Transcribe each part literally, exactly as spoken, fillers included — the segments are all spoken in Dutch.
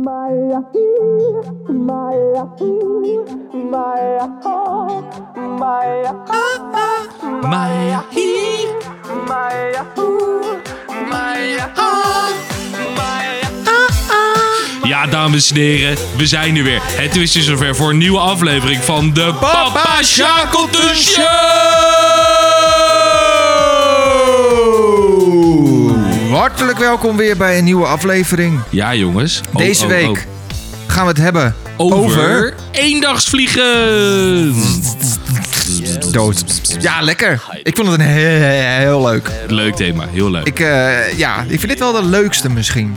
Maya, he, Maya, ooh, Maya, oh, Maya, ah. Ja, dames en heren, we zijn er weer. Het is weer zover voor een nieuwe aflevering van de Papa Shackleton Show! Hartelijk welkom weer bij een nieuwe aflevering. Ja, jongens. Oh, Deze oh, week oh. gaan we het hebben over... over... eendagsvliegen! Dood. Ja, lekker. Ik vond het een heel, heel leuk. Leuk thema, heel leuk. Ik, uh, ja, ik vind dit wel de leukste misschien.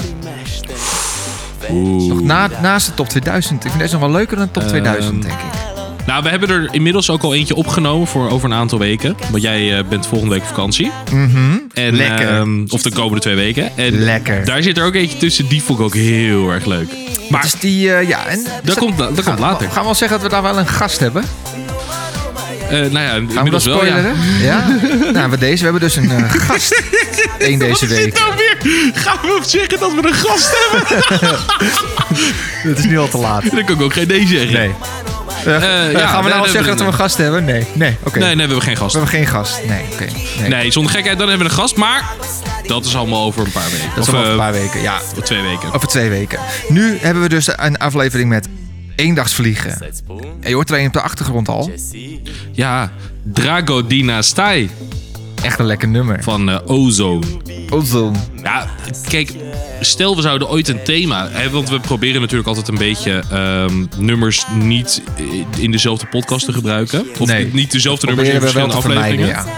Oeh. Nog na, naast de top tweeduizend. Ik vind deze nog wel leuker dan de top um, tweeduizend, denk ik. Nou, we hebben er inmiddels ook al eentje opgenomen voor over een aantal weken. Want jij uh, bent volgende week op vakantie. Mm-hmm. En, lekker. Um, of de komende twee weken. En lekker. Daar zit er ook eentje tussen. Die vond ik ook heel erg leuk. Maar is die, uh, ja, en dat, dat komt, dat gaan, komt later. Gaan we wel zeggen dat we daar wel een gast hebben? Uh, nou ja, gaan we dat spoileren? Wel, ja. ja? Nou, we, deze, we hebben dus een uh, gast één deze week. Wat is dit nou weer? Gaan we zeggen dat we een gast hebben? Het is nu al te laat. Dan kan ik ook geen nee zeggen. Nee. Uh, uh, ja, gaan we nou al zeggen dat we een gast hebben? Nee. Nee, oké. Okay. Nee, nee, we hebben geen gast. We hebben geen gast. Nee, oké. Okay. Nee. nee, zonder gekheid, dan hebben we een gast. Maar dat is allemaal over een paar weken. Dat is of, over uh, een paar weken, ja. Over twee weken. Over twee weken. Nu hebben we dus een aflevering met eendagsvliegen. En je hoort er een op de achtergrond al. Ja, Drago Dynastai. Echt een lekker nummer. Van uh, Ozone. Ozone. Ja, kijk, stel we zouden ooit een thema... Hè, want we proberen natuurlijk altijd een beetje um, nummers niet in dezelfde podcast te gebruiken. Of nee. niet dezelfde nummers in verschillende afleveringen. Ja.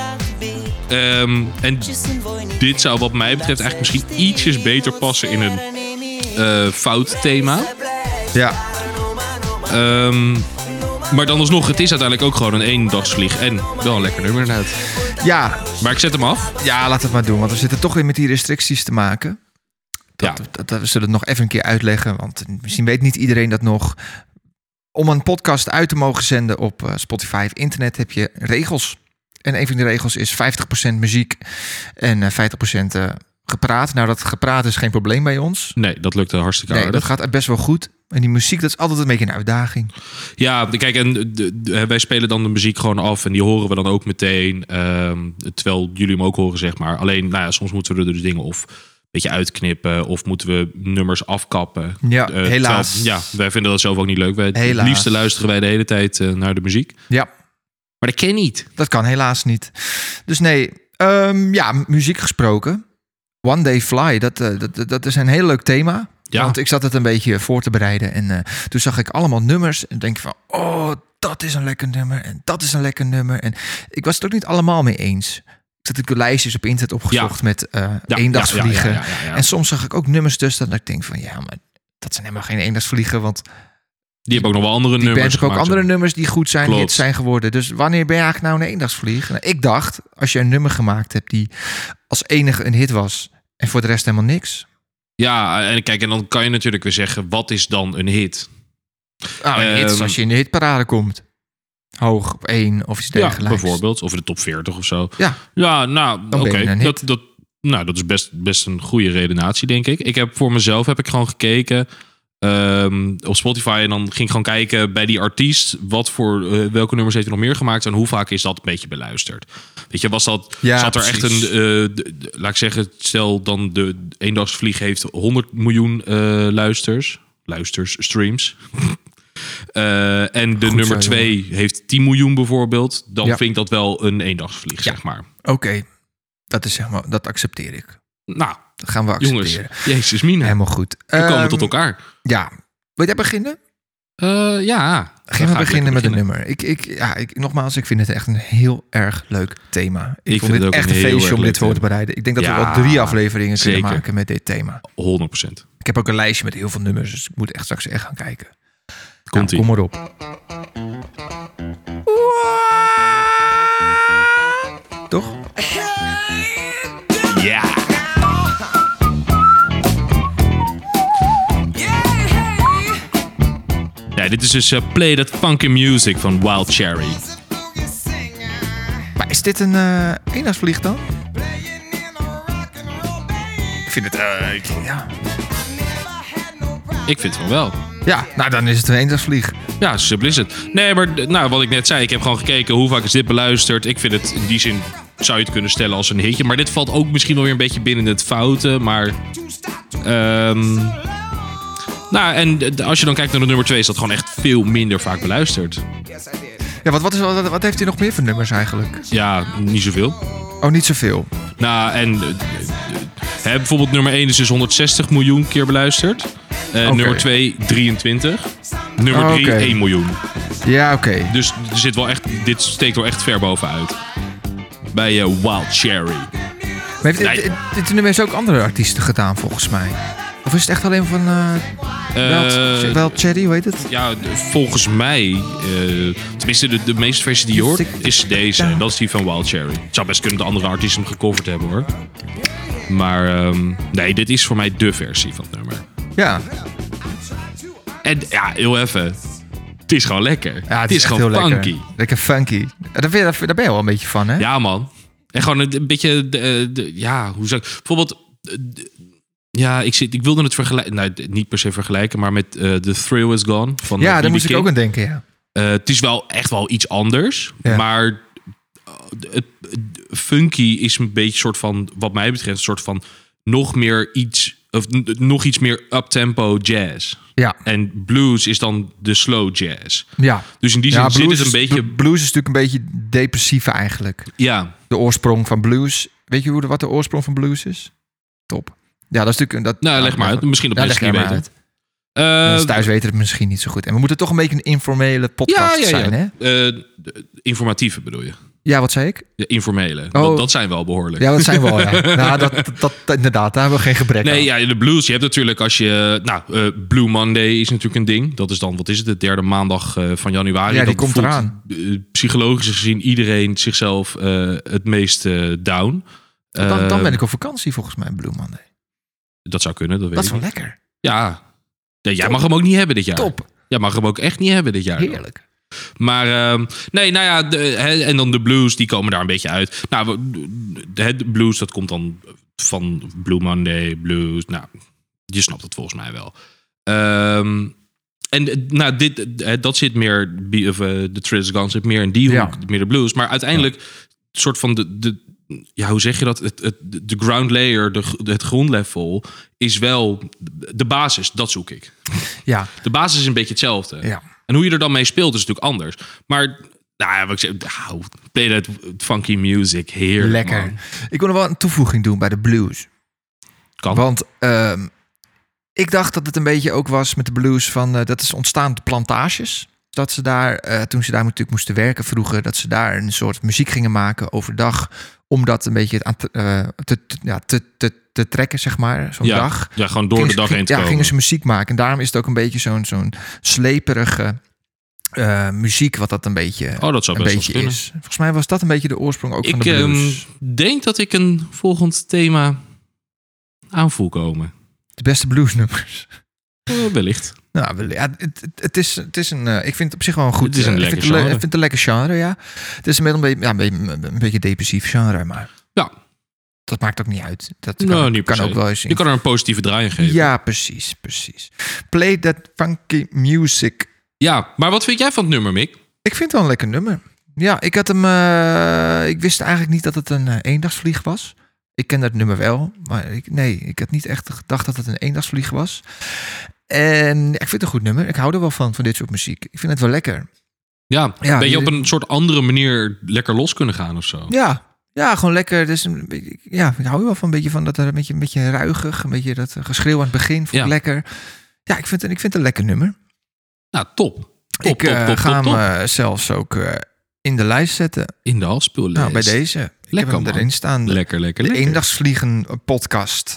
Um, en dit zou wat mij betreft eigenlijk misschien ietsjes beter passen in een uh, fout thema. Ja. Um, maar dan alsnog, het is uiteindelijk ook gewoon een eendagsvlieg. En wel een lekker nummer inderdaad. Ja. Maar ik zet hem af. Ja, laat het maar doen. Want we zitten toch weer met die restricties te maken. Dat, ja. dat, dat, we zullen het nog even een keer uitleggen. Want misschien weet niet iedereen dat nog. Om een podcast uit te mogen zenden op uh, Spotify of internet heb je regels. En een van die regels is vijftig procent muziek en uh, vijftig procent uh, gepraat. Nou, dat gepraat is geen probleem bij ons. Nee, dat lukt hartstikke nee, aardig. Dat gaat best wel goed. En die muziek, dat is altijd een beetje een uitdaging. Ja, kijk, en de, de, wij spelen dan de muziek gewoon af. En die horen we dan ook meteen. Um, terwijl jullie hem ook horen, zeg maar. Alleen, nou ja, soms moeten we er dus dingen of een beetje uitknippen. Of moeten we nummers afkappen. Ja, uh, helaas. Terwijl, ja, wij vinden dat zelf ook niet leuk. Wij, helaas. Het liefste luisteren wij de hele tijd uh, naar de muziek. Ja. Maar dat kan niet. Dat kan helaas niet. Dus nee, um, ja, muziek gesproken. One Day Fly, dat, uh, dat, dat is een heel leuk thema. Ja. Want ik zat het een beetje voor te bereiden. En uh, toen zag ik allemaal nummers. En denk van, oh, dat is een lekker nummer. En dat is een lekker nummer. En ik was het ook niet allemaal mee eens. Ik zat natuurlijk lijstjes op internet opgezocht ja. met uh, ja, eendagsvliegen. Ja, ja, ja, ja, ja, ja. En soms zag ik ook nummers tussen dat ik denk van, ja, maar dat zijn helemaal geen eendagsvliegen. Want die hebben ook nog wel andere die nummers. Die hebben ook andere nummers die goed zijn, Klopt. hits zijn geworden. Dus wanneer ben je eigenlijk nou een eendagsvlieg? Nou, ik dacht, als je een nummer gemaakt hebt die als enige een hit was en voor de rest helemaal niks. Ja, en kijk, en dan kan je natuurlijk weer zeggen, wat is dan een hit? Nou, een um, hit is als je in de hitparade komt. Hoog op één of iets dergelijks. Ja, bijvoorbeeld. Of in de top veertig of zo. Ja, ja nou, oké. Okay. Dat, dat, nou, dat is best, best een goede redenatie, denk ik. Ik heb voor mezelf heb ik gewoon gekeken um, op Spotify. En dan ging ik gewoon kijken bij die artiest. Wat voor, uh, welke nummers heeft hij nog meer gemaakt? En hoe vaak is dat een beetje beluisterd? Weet je, was dat, ja, zat er precies. echt een, uh, de, de, laat ik zeggen, stel dan de eendagsvlieg heeft honderd miljoen uh, luisters. Luisters, streams. uh, en de Goed nummer twee heeft tien miljoen bijvoorbeeld. Dan ja. vind ik dat wel een eendagsvlieg, ja. zeg maar. Oké, okay. dat is zeg maar, dat accepteer ik. Nou, dat gaan we accepteren. Jongens, jezus mina. Helemaal goed. We um, komen um, tot elkaar. Ja. Wil jij beginnen? Uh, ja. Gaan we beginnen met een nummer. Ik, ik, ja, ik, nogmaals, ik vind het echt een heel erg leuk thema. Ik, ik vond dit echt een feestje om dit voor te bereiden. Ik denk dat ja, we al drie afleveringen zeker. kunnen maken met dit thema. honderd procent. Ik heb ook een lijstje met heel veel nummers, dus ik moet echt straks echt gaan kijken. Komt-ie. Nou, kom maar op. Toch? Ja. Ja, dit is dus uh, Play That Funky Music van Wild Cherry. Maar is dit een uh, eendagsvlieg dan? Ik vind het... Uh, ik, ja. Ik vind het wel wel. Ja, nou dan is het een eendagsvlieg. Ja, simpel is het. Nee, maar nou, wat ik net zei, ik heb gewoon gekeken hoe vaak is dit beluisterd. Ik vind het in die zin, zou je het kunnen stellen als een hitje. Maar dit valt ook misschien wel weer een beetje binnen het foute. Maar, um, nou, en als je dan kijkt naar de nummer twee, is dat gewoon echt veel minder vaak beluisterd. Ja, wat, wat, is, wat, wat heeft hij nog meer voor nummers eigenlijk? Ja, niet zoveel. Oh, niet zoveel. Nou, en uh, hè, bijvoorbeeld nummer één is dus honderdzestig miljoen keer beluisterd. Uh, okay. Nummer twee, drieëntwintig. Nummer drie, oh, okay. één miljoen. Ja, oké. Okay. Dus er zit wel echt, dit steekt wel echt ver bovenuit. Bij uh, Wild Cherry. Maar heeft nee. dit, dit nummer heeft ook andere artiesten gedaan, volgens mij. Of is het echt alleen van uh, Wild, uh, Wild Cherry, hoe heet het? Ja, volgens mij, uh, tenminste de, de meeste versie die je hoort, is deze. En dat is die van Wild Cherry. Het zou best kunnen dat de andere artiesten hem gecoverd hebben, hoor. Maar um, nee, dit is voor mij de versie van het nummer. Ja. En ja, heel even. Het is gewoon lekker. Ja, het, het is, is gewoon funky. Lekker. lekker funky. Daar ben, je, daar ben je wel een beetje van, hè? Ja, man. En gewoon een, een beetje, de, de, ja, hoe zou ik... Bijvoorbeeld, de, ja, ik, zit, ik wilde het vergelijken... Nou, niet per se vergelijken, maar met uh, The Thrill Is Gone. Van ja, uh, daar moest King. ik ook aan denken, ja. Uh, het is wel echt wel iets anders. Ja. Maar uh, het, funky is een beetje soort van, wat mij betreft, een soort van nog meer iets... Of nog iets meer uptempo jazz. Ja. En blues is dan de slow jazz. Ja. Dus in die zin ja, zit het een is, beetje... Blues is natuurlijk een beetje depressief eigenlijk. Ja. De oorsprong van blues. Weet je hoe de, wat de oorsprong van blues is? Top. Ja, dat is natuurlijk... Dat, nou, leg maar uit. Misschien op ja, mensen niet weten. Uh, thuis weten het misschien niet zo goed. En we moeten toch een beetje een informele podcast ja, ja, ja. zijn, hè? Uh, informatieve bedoel je? Ja, wat zei ik? De informele. Oh. Want dat zijn wel behoorlijk. Ja, dat zijn wel, ja. nou, dat, dat, dat, inderdaad, daar hebben we geen gebrek nee, aan. Nee, ja, de blues. Je hebt natuurlijk als je... Nou, uh, Blue Monday is natuurlijk een ding. Dat is dan, wat is het, de derde maandag uh, van januari. Ja, die dat komt voelt, eraan. Uh, psychologisch gezien iedereen zichzelf uh, het meest uh, down. Uh, dan, dan ben ik op vakantie volgens mij, Blue Monday. Dat zou kunnen, dat weet Dat is ik wel niet. Lekker. Ja. Nee, jij mag hem ook niet hebben dit jaar. Top. Jij mag hem ook echt niet hebben dit jaar. Heerlijk. Dan. Maar uh, nee, nou ja, de, he, en dan de blues, die komen daar een beetje uit. Nou, de, de blues, dat komt dan van Blue Monday, blues. Nou, je snapt het volgens mij wel. Um, en nou, dit, dat zit meer, of uh, de Thrill Is Gone zit meer in die hoek, ja. meer de blues. Maar uiteindelijk, ja. soort van de, de, ja, hoe zeg je dat? Het, het, de ground layer, de, het grondlevel is wel de basis. Dat zoek ik. Ja. De basis is een beetje hetzelfde. Ja. En hoe je er dan mee speelt is natuurlijk anders. Maar, nou ja, wat ik zeg, nou, play that funky music, heerlijk. Lekker. Man. Ik wil nog wel een toevoeging doen bij de blues. Kan. Want uh, ik dacht dat het een beetje ook was met de blues van, uh, dat is ontstaan de plantages. Dat ze daar, uh, toen ze daar natuurlijk moesten werken vroeger, dat ze daar een soort muziek gingen maken overdag, om dat een beetje aan te, uh, te, te, ja, te, te, te trekken, zeg maar, zo'n ja, dag. Ja, gewoon door gingen de dag ze, heen te ja, komen. gingen ze muziek maken. En daarom is het ook een beetje zo'n, zo'n sleperige uh, muziek, wat dat een beetje, oh, dat zou een best beetje kunnen. is. Volgens mij was dat een beetje de oorsprong ook ik, van de blues. Ik um, denk dat ik een volgend thema aan voel komen. De beste bluesnummers. Uh, wellicht. Nou, ja, het, het, is, het is een. Uh, ik vind het op zich wel een goed. Het is een uh, lekker ik vind genre. Het, ik vind het een lekker genre, ja. Het is een beetje, ja, een beetje, een beetje depressief genre, maar. Ja. Dat maakt ook niet uit. Dat kan, nou, niet kan ook wel eens. Je kan er een positieve draai in geven. Ja, precies, precies. Play that funky music. Ja, maar wat vind jij van het nummer, Mick? Ik vind het wel een lekker nummer. Ja, ik had hem. Uh, ik wist eigenlijk niet dat het een uh, eendagsvlieg was. Ik ken dat nummer wel, maar ik, nee, ik had niet echt gedacht dat het een eendagsvlieg was. En ja, ik vind het een goed nummer. Ik hou er wel van, van dit soort muziek. Ik vind het wel lekker. Ja, ja ben je op een soort andere manier lekker los kunnen gaan of zo? Ja, ja gewoon lekker. Dus een beetje, ja, ik hou er wel van een beetje van dat er een beetje, een beetje ruigig, een beetje dat geschreeuw aan het begin. Vond ja. ik lekker. Ja, ik vind, het, ik vind het een lekker nummer. Nou, top. top ik uh, top, top, ga top, top. hem uh, zelfs ook uh, in de lijst zetten. In de afspeellijst. Nou, bij deze. Ik lekker, heb hem erin staan. De, lekker, lekker, de lekker. Eendagsvliegen podcast.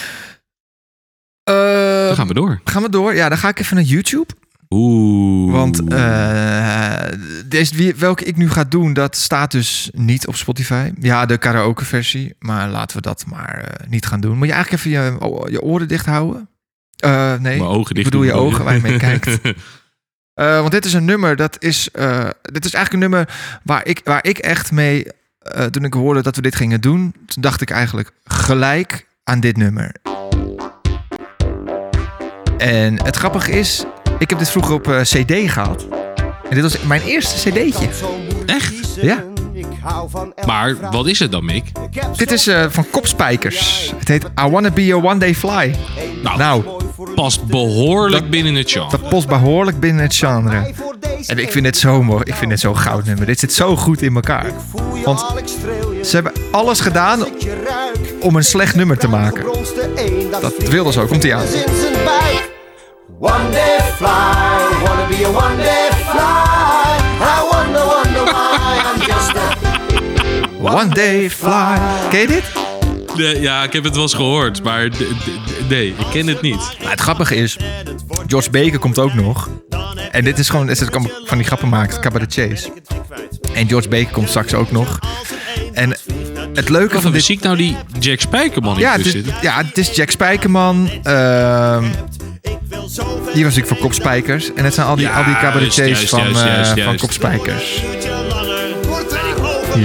Uh, dan gaan we door. Gaan we door. Ja, dan ga ik even naar YouTube. Oeh. Want uh, deze, welke ik nu ga doen, dat staat dus niet op Spotify. Ja, de karaoke versie. Maar laten we dat maar uh, niet gaan doen. Moet je eigenlijk even je, je oren dicht houden? Uh, nee, Mijn ogen dicht ik bedoel je doen, ogen waar je mee kijkt. Uh, want dit is een nummer, dat is... Uh, dit is eigenlijk een nummer waar ik, waar ik echt mee... Uh, toen ik hoorde dat we dit gingen doen, toen dacht ik eigenlijk gelijk aan dit nummer. En het grappige is, ik heb dit vroeger op uh, C D gehad. En dit was mijn eerste cd'tje. Echt? Ja. Maar wat is het dan, Mick? Dit is uh, van Kopspijkers. Het heet I Wanna Be Your One Day Fly. Nou, nou past behoorlijk dat, binnen het genre. Dat past behoorlijk binnen het genre. En ik vind het zo mooi. Ik vind het zo'n goud nummer. Dit zit zo goed in elkaar. Want ze hebben alles gedaan om een slecht nummer te maken. Dat wilden ze ook. Komt-ie aan. One day fly, wanna be a one day fly. I wonder, wonder why I'm just a one day fly. Ken je dit? Nee, ja, ik heb het wel eens gehoord, maar d- d- nee, ik ken het niet. Nou, het grappige is, George Baker komt ook nog. En dit is gewoon, dit is van die grappen maakt, cabaretiers. En George Baker komt straks ook nog. En het leuke Wat van dit... zie ik nou die Jack Spijkerman in ja, tussen dit, zitten? Ja, het is Jack Spijkerman. Uh, die was natuurlijk voor Kopspijkers. En het zijn al die, ja, al die cabaretiers juist, van, juist, juist, uh, juist. van Kopspijkers. Hier.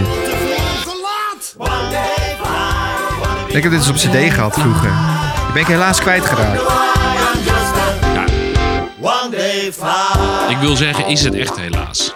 Ik heb dit dus op cd gehad vroeger. Die ben ik helaas kwijtgeraakt. Ja. Ik wil zeggen, is het echt helaas.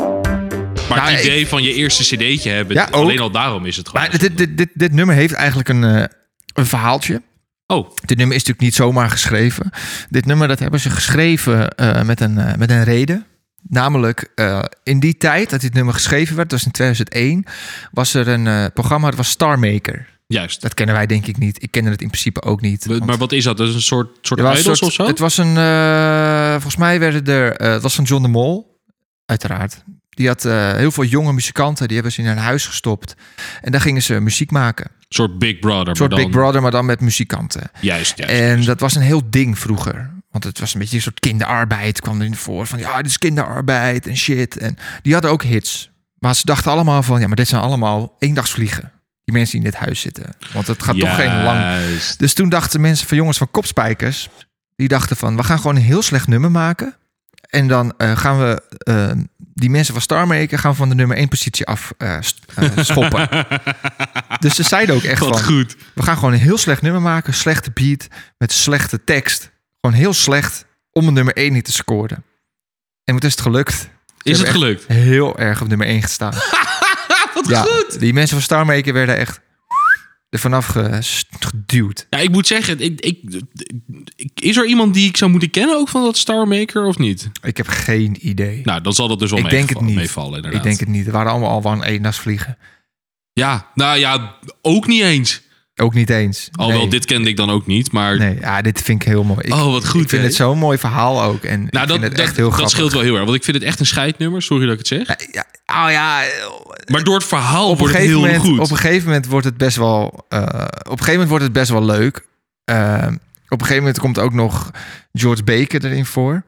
Maar nou, het idee ik... van je eerste cd'tje hebben, ja, alleen al daarom is het gewoon. Maar dit, dit, dit, dit nummer heeft eigenlijk een, uh, een verhaaltje. Oh. Dit nummer is natuurlijk niet zomaar geschreven. Dit nummer dat hebben ze geschreven uh, met, een, uh, met een reden. Namelijk, uh, in die tijd dat dit nummer geschreven werd, dat was in tweeduizend één... was er een uh, programma, dat was Star Maker. Juist. Dat kennen wij denk ik niet. Ik kende het in principe ook niet. Maar, maar wat is dat? Dat is een soort, soort idols soort, of zo? Het was een... Uh, volgens mij werden er... Uh, het was van John de Mol. Uiteraard. Die had uh, heel veel jonge muzikanten. Die hebben ze in een huis gestopt. En daar gingen ze muziek maken. Een soort Big Brother. Een soort maar dan... Big Brother, maar dan met muzikanten. Juist, juist. En juist. dat was een heel ding vroeger. Want het was een beetje een soort kinderarbeid. Kwam erin voor. Van ja, dit is kinderarbeid en shit. En die hadden ook hits. Maar ze dachten allemaal van... ja, maar dit zijn allemaal eendagsvliegen. Die mensen die in dit huis zitten. Want het gaat Juist. toch geen lang... Dus toen dachten mensen van jongens van Kopspijkers... die dachten van, we gaan gewoon een heel slecht nummer maken. En dan uh, gaan we uh, die mensen van Star Maker... gaan we van de nummer één positie af uh, uh, schoppen. Dus ze zeiden ook echt Wat van... goed. we gaan gewoon een heel slecht nummer maken. Slechte beat, met slechte tekst. Gewoon heel slecht om een nummer één niet te scoren. En wat is het gelukt? Ze is het gelukt? Heel erg op nummer één gestaan. Wat ja, goed. Die mensen van Star Maker werden echt er vanaf geduwd. Ja, ik moet zeggen, ik, ik, ik, is er iemand die ik zou moeten kennen ook van dat Star Maker of niet? Ik heb geen idee. Nou, dan zal dat dus wel ik denk het niet. meevallen. Inderdaad. Ik denk het niet. Er waren allemaal al van eendagsvliegen. Ja, nou ja, ook niet eens. Ook niet eens. Alhoewel, nee. dit kende ik dan ook niet, maar... Nee, ja, dit vind ik heel mooi. Ik, oh, wat goed, Ik vind hè? het zo'n mooi verhaal ook. En nou, ik dat, vind het dat, echt heel dat grappig. scheelt wel heel erg, want ik vind het echt een scheidnummer. Sorry dat ik het zeg. Ja, ja, oh ja... Maar door het verhaal op wordt het heel moment, goed. Op een gegeven moment wordt het best wel... Uh, op een gegeven moment wordt het best wel leuk. Uh, op een gegeven moment komt ook nog George Baker erin voor.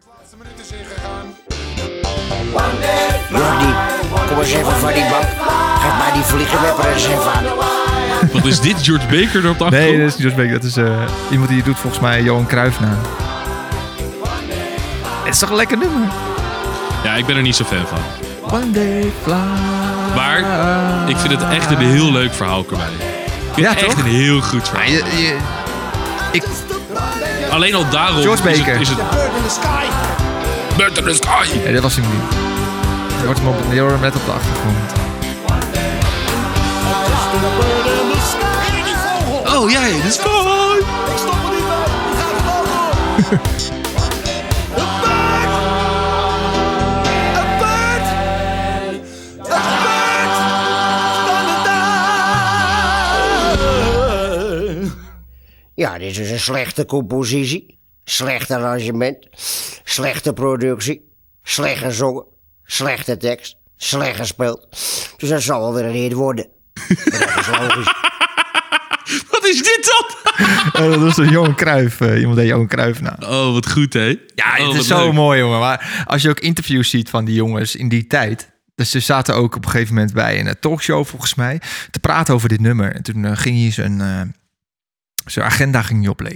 Jordi, kom eens even van die bank. Geef mij die vliegenwepper eens even aan. Wat is dit? George Baker op de achtergrond? Nee, dat is George Baker. Dat is uh, iemand die doet volgens mij Johan Cruijff na. Het is toch een lekker nummer? Ja, ik ben er niet zo fan van. One day fly. Maar ik vind het echt een heel leuk verhaal erbij. Ik vind ja, het echt toch? een heel goed verhaal. Ja, je, je, ik... Alleen al daarom George Baker. Is het, is het... Bird in the Sky. Bird in the Sky. Nee, dat was hem niet. Je hoort hem op, je hoort hem net op de achtergrond. Oh ja, de sky. Ik stop er niet bij. Ik ga er wel door. Een bird. Een bird. Een bird. Standaard. Ja, dit is een slechte compositie. Slecht arrangement. Slechte productie. Slecht gezongen. Slechte tekst. Slecht gespeeld. Dus dat zal wel weer een hit worden. Maar dat is logisch. Wat is dit dan? Oh, dat was een Johan Cruijff. Uh, iemand deed Johan Cruijff na. Oh, wat goed, hè? Ja, oh, het is zo leuk. Mooi, jongen. Maar als je ook interviews ziet van die jongens in die tijd... Dus ze zaten ook op een gegeven moment bij een talkshow, volgens mij... te praten over dit nummer. En toen uh, ging hij zijn, uh, zijn agenda ging hij oplezen.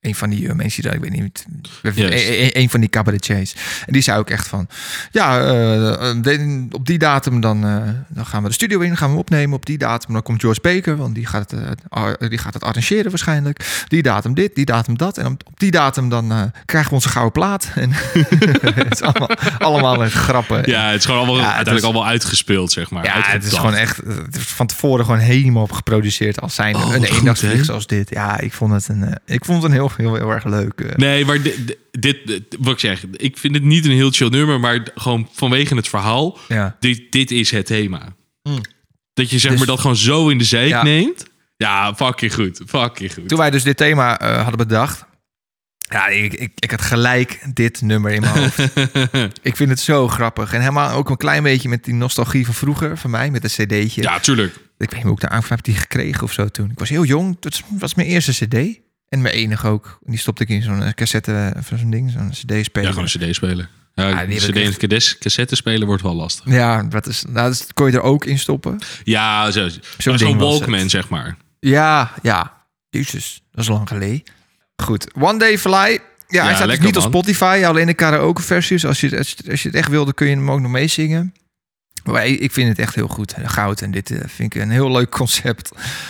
Een van die uh, mensen die, ik weet niet, yes. een, een van die cabaretiers. En die zei ook echt van, ja, uh, de, op die datum dan, uh, dan gaan we de studio in, gaan we opnemen. Op die datum dan komt George Baker, want die gaat het, uh, die gaat het arrangeren waarschijnlijk. Die datum dit, die datum dat. En op die datum dan uh, krijgen we onze gouden plaat. En het is allemaal, allemaal met grappen. Ja, het is gewoon allemaal, ja, uiteindelijk is, allemaal uitgespeeld, zeg maar. Ja, het is gewoon echt het is van tevoren gewoon helemaal geproduceerd als zijn oh, een eendagsvlieg zoals dit. Ja, ik vond het een, uh, ik vond het een heel Heel, heel erg leuk. Uh. Nee, maar dit, dit, wat ik zeg, ik vind het niet een heel chill nummer, maar gewoon vanwege het verhaal, ja. dit, dit is het thema. Mm. Dat je zeg dus, maar dat gewoon zo in de zeik ja. neemt. Ja, fucking goed, fucking goed. Toen wij dus dit thema uh, hadden bedacht, ja, ik, ik, ik had gelijk dit nummer in mijn hoofd. Ik vind het zo grappig. En helemaal ook een klein beetje met die nostalgie van vroeger, van mij, met een cd'tje. Ja, tuurlijk. Ik weet niet hoe ik de aanvraag heb die gekregen of zo toen. Ik was heel jong, dat was mijn eerste cd. En mijn enige ook. Die stopte ik in zo'n cassette van zo'n ding, zo'n cd-speler. Ja, gewoon een cd-speler. Ja, ja die cd en echt... cassette spelen wordt wel lastig. Ja, dat is, nou, dat kon je er ook in stoppen. Ja, zo, zo'n zo Walkman, zeg maar. Ja, ja. Jezus, dat is lang geleden. Goed, One Day Fly. Ja, ja hij staat dus niet man. op Spotify, alleen de karaoke versies. Als je, als, je, als je het echt wilde, kun je hem ook nog meezingen. Maar ik vind het echt heel goed. Goud. En dit vind ik een heel leuk concept.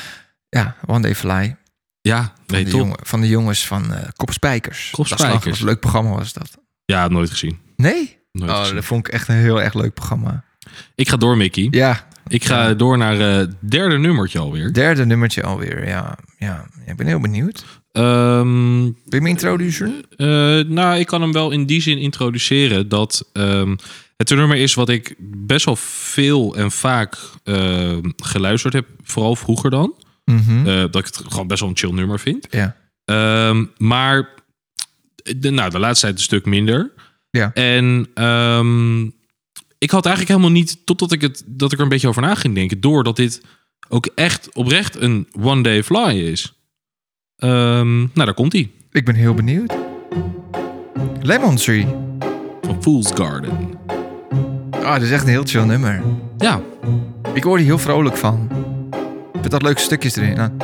Ja, One Day Fly. Ja, nee, van, de jongen, van de jongens van uh, Kopspijkers. Kopspijkers. Dat was een leuk programma was dat. Ja, nooit gezien. Nee? Nooit oh, gezien. Dat vond ik echt een heel erg leuk programma. Ik ga door, Mickey. Ja. Ik ga ja. door naar het uh, derde nummertje alweer. Derde nummertje alweer, ja. ja. Ik ben heel benieuwd. Um, Wil je me introduceren? Uh, nou, ik kan hem wel in die zin introduceren dat um, het een nummer is wat ik best wel veel en vaak uh, geluisterd heb. Vooral vroeger dan. Mm-hmm. Uh, dat ik het gewoon best wel een chill nummer vind. Ja. Um, maar de, nou, de laatste tijd een stuk minder. Ja. En um, ik had eigenlijk helemaal niet, totdat ik, het, dat ik er een beetje over na ging denken, door dat dit ook echt oprecht een One Day Fly is. Um, nou, daar komt hij. Ik ben heel benieuwd. Lemon Tree. Van Fool's Garden. Ah, oh, dat is echt een heel chill nummer. Ja. Ik word hier heel vrolijk van. Met dat leuke stukjes erin. Hè?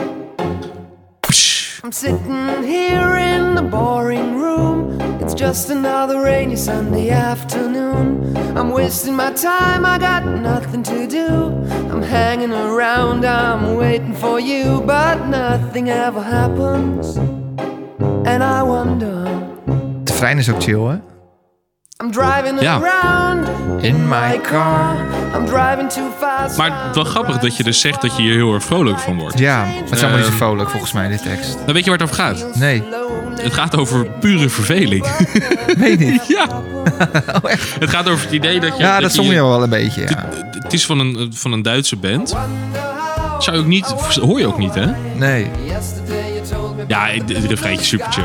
I'm sitting here in the boring room. It's just another rainy Sunday afternoon. I'm wasting my time, I got nothing to do. I'm hanging around, I'm waiting for you, but nothing ever happens. And I wonder. De refrein is ook chill, hè? I'm driving ja. around in my car. I'm driving too fast. Maar wel grappig dat je dus zegt dat je hier heel erg vrolijk van wordt. Ja, het is allemaal niet zo vrolijk volgens mij, dit tekst. Dan weet je waar het over gaat? Nee. Het gaat over pure verveling. Weet niet. Ja. Oh, echt? Het gaat over het idee dat je... Ja, dat, dat zong je wel een beetje, ja. Het, het is van een, van een Duitse band. Zou je ook niet... Hoor je ook niet, hè? Nee. Ja, het refreintje is super chill.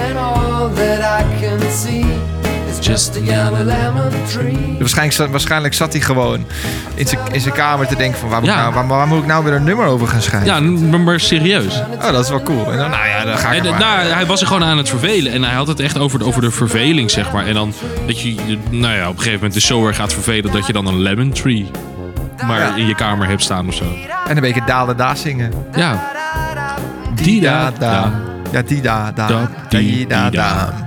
Just a yellow lemon tree. Waarschijnlijk, waarschijnlijk zat hij gewoon in zijn, in zijn kamer te denken van... Waar, ja. moet nou, waar, waar moet ik nou weer een nummer over gaan schrijven? Ja, maar, maar serieus. Oh, dat is wel cool. En dan, nou ja, dan ga ik en, nou, hij was er gewoon aan het vervelen. En hij had het echt over de, over de verveling, zeg maar. En dan dat je, nou ja, op een gegeven moment de zo erg gaat vervelen... dat je dan een lemon tree maar ja. in je kamer hebt staan of zo. En een beetje da da da zingen. Ja. Die da da. Ja, die da da. Die da da.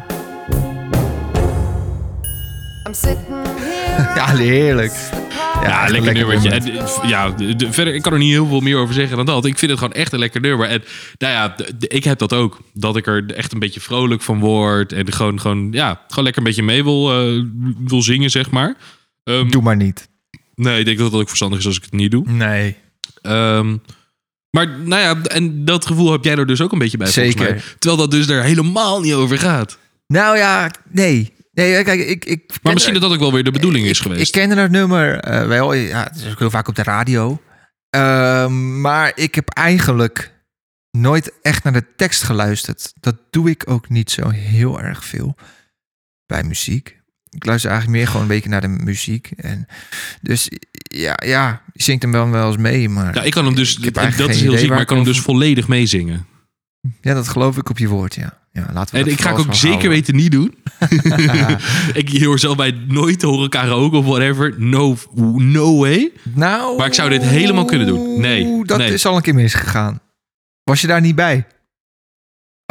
Ja, heerlijk. Ja, ja lekker, lekker nummertje. En, ja, de, de, verder, ik kan er niet heel veel meer over zeggen dan dat. Ik vind het gewoon echt een lekker nummer. En nou ja, de, de, ik heb dat ook. Dat ik er echt een beetje vrolijk van word. En gewoon, gewoon, ja, gewoon lekker een beetje mee wil, uh, wil zingen, zeg maar. Um, Doe maar niet. Nee, ik denk dat het ook verstandig is als ik het niet doe. Nee. Um, maar nou ja, en dat gevoel heb jij er dus ook een beetje bij. Zeker. Mij, terwijl dat dus er helemaal niet over gaat. Nou ja, nee. Nee, kijk, ik, ik maar misschien er, dat dat ook wel weer de bedoeling ik, is geweest. Ik kende het nummer uh, wel. Ja, het is ook heel vaak op de radio. Uh, maar ik heb eigenlijk nooit echt naar de tekst geluisterd. Dat doe ik ook niet zo heel erg veel bij muziek. Ik luister eigenlijk meer gewoon een beetje naar de muziek. En dus ja, ja, je zingt hem wel wel eens mee. Maar ja, ik kan hem dus, dat is heel ziek, maar ik kan hem dus volledig meezingen. Ja, dat geloof ik op je woord, ja. Ja, laten we en ik ga het ook zeker houden. weten niet doen. Ik hoor zelf bij nooit horen karaoke of whatever. No, no way. Nou, maar ik zou dit helemaal kunnen doen. Nee. Dat nee. is al een keer misgegaan. Was je daar niet bij?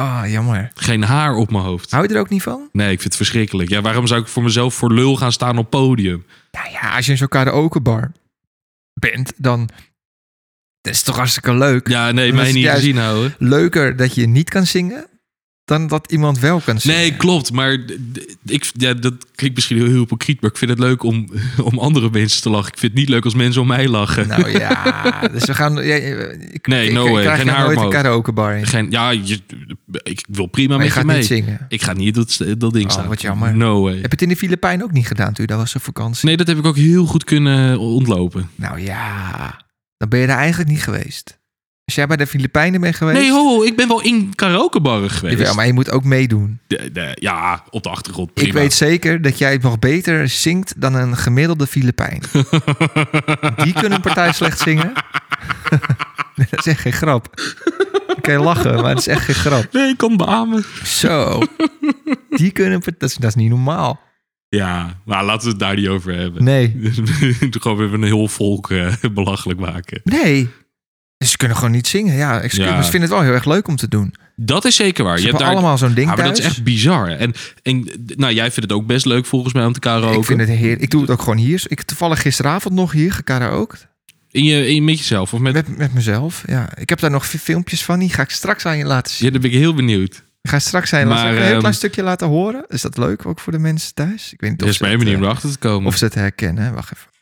Ah, oh, jammer. Geen haar op mijn hoofd. Hou je er ook niet van? Nee, ik vind het verschrikkelijk. Ja, waarom zou ik voor mezelf voor lul gaan staan op podium? Nou ja, als je in zo'n karaokebar bent, dan... Dat is toch hartstikke leuk? Ja, nee, mij niet gezien houden. Leuker dat je niet kan zingen dan dat iemand wel kan zingen. Nee, klopt. Maar ik, ja, dat klinkt misschien heel hypocriet, maar ik vind het leuk om, om andere mensen te lachen. Ik vind het niet leuk als mensen om mij lachen. Nou ja, dus we gaan... Ja, ik, nee, ik, no ik, way. Ik krijg geen haar nooit op een karaokebar in. Geen, ja, je, ik wil prima maar met je, je mee. mee. Zingen. Ik ga niet dat, dat ding oh, staan. Wat jammer. No way. Heb je het in de Filipijnen ook niet gedaan toen? Dat was een vakantie. Nee, dat heb ik ook heel goed kunnen ontlopen. Nou ja, dan ben je er eigenlijk niet geweest. Als jij bij de Filipijnen bent geweest... Nee, ho, ik ben wel in karaokebarren geweest. Ja, maar je moet ook meedoen. De, de, ja, op de achtergrond, prima. Ik weet zeker dat jij nog beter zingt dan een gemiddelde Filipijn. Die kunnen een partij slecht zingen. Nee, dat is echt geen grap. Dan kan je lachen, maar dat is echt geen grap. Nee, ik kan beamen. Zo. Die kunnen een partij... Dat is, dat is niet normaal. Ja, maar laten we het daar niet over hebben. Nee. Gewoon even een heel volk uh, belachelijk maken. Nee. Ze kunnen gewoon niet zingen. Ja, ik ja. vind het wel heel erg leuk om te doen. Dat is zeker waar. Ze je hebben hebt daar allemaal zo'n ding ja, maar thuis. Dat is echt bizar. En, en nou, jij vindt het ook best leuk volgens mij om te karaoke. Ik vind het heerlijk. Ik doe het ook gewoon hier. Ik heb toevallig gisteravond nog hier gekaraokt. In je, in je met jezelf? Of met... Met, met mezelf, ja. Ik heb daar nog filmpjes van. Die ga ik straks aan je laten zien. Ja, daar ben ik heel benieuwd. Ik ga straks aan je maar, een heel klein um, stukje laten horen. Is dat leuk ook voor de mensen thuis? Ik weet niet of is ze mij het, benieuwd om uh, erachter te komen. Of ze het herkennen. Wacht even.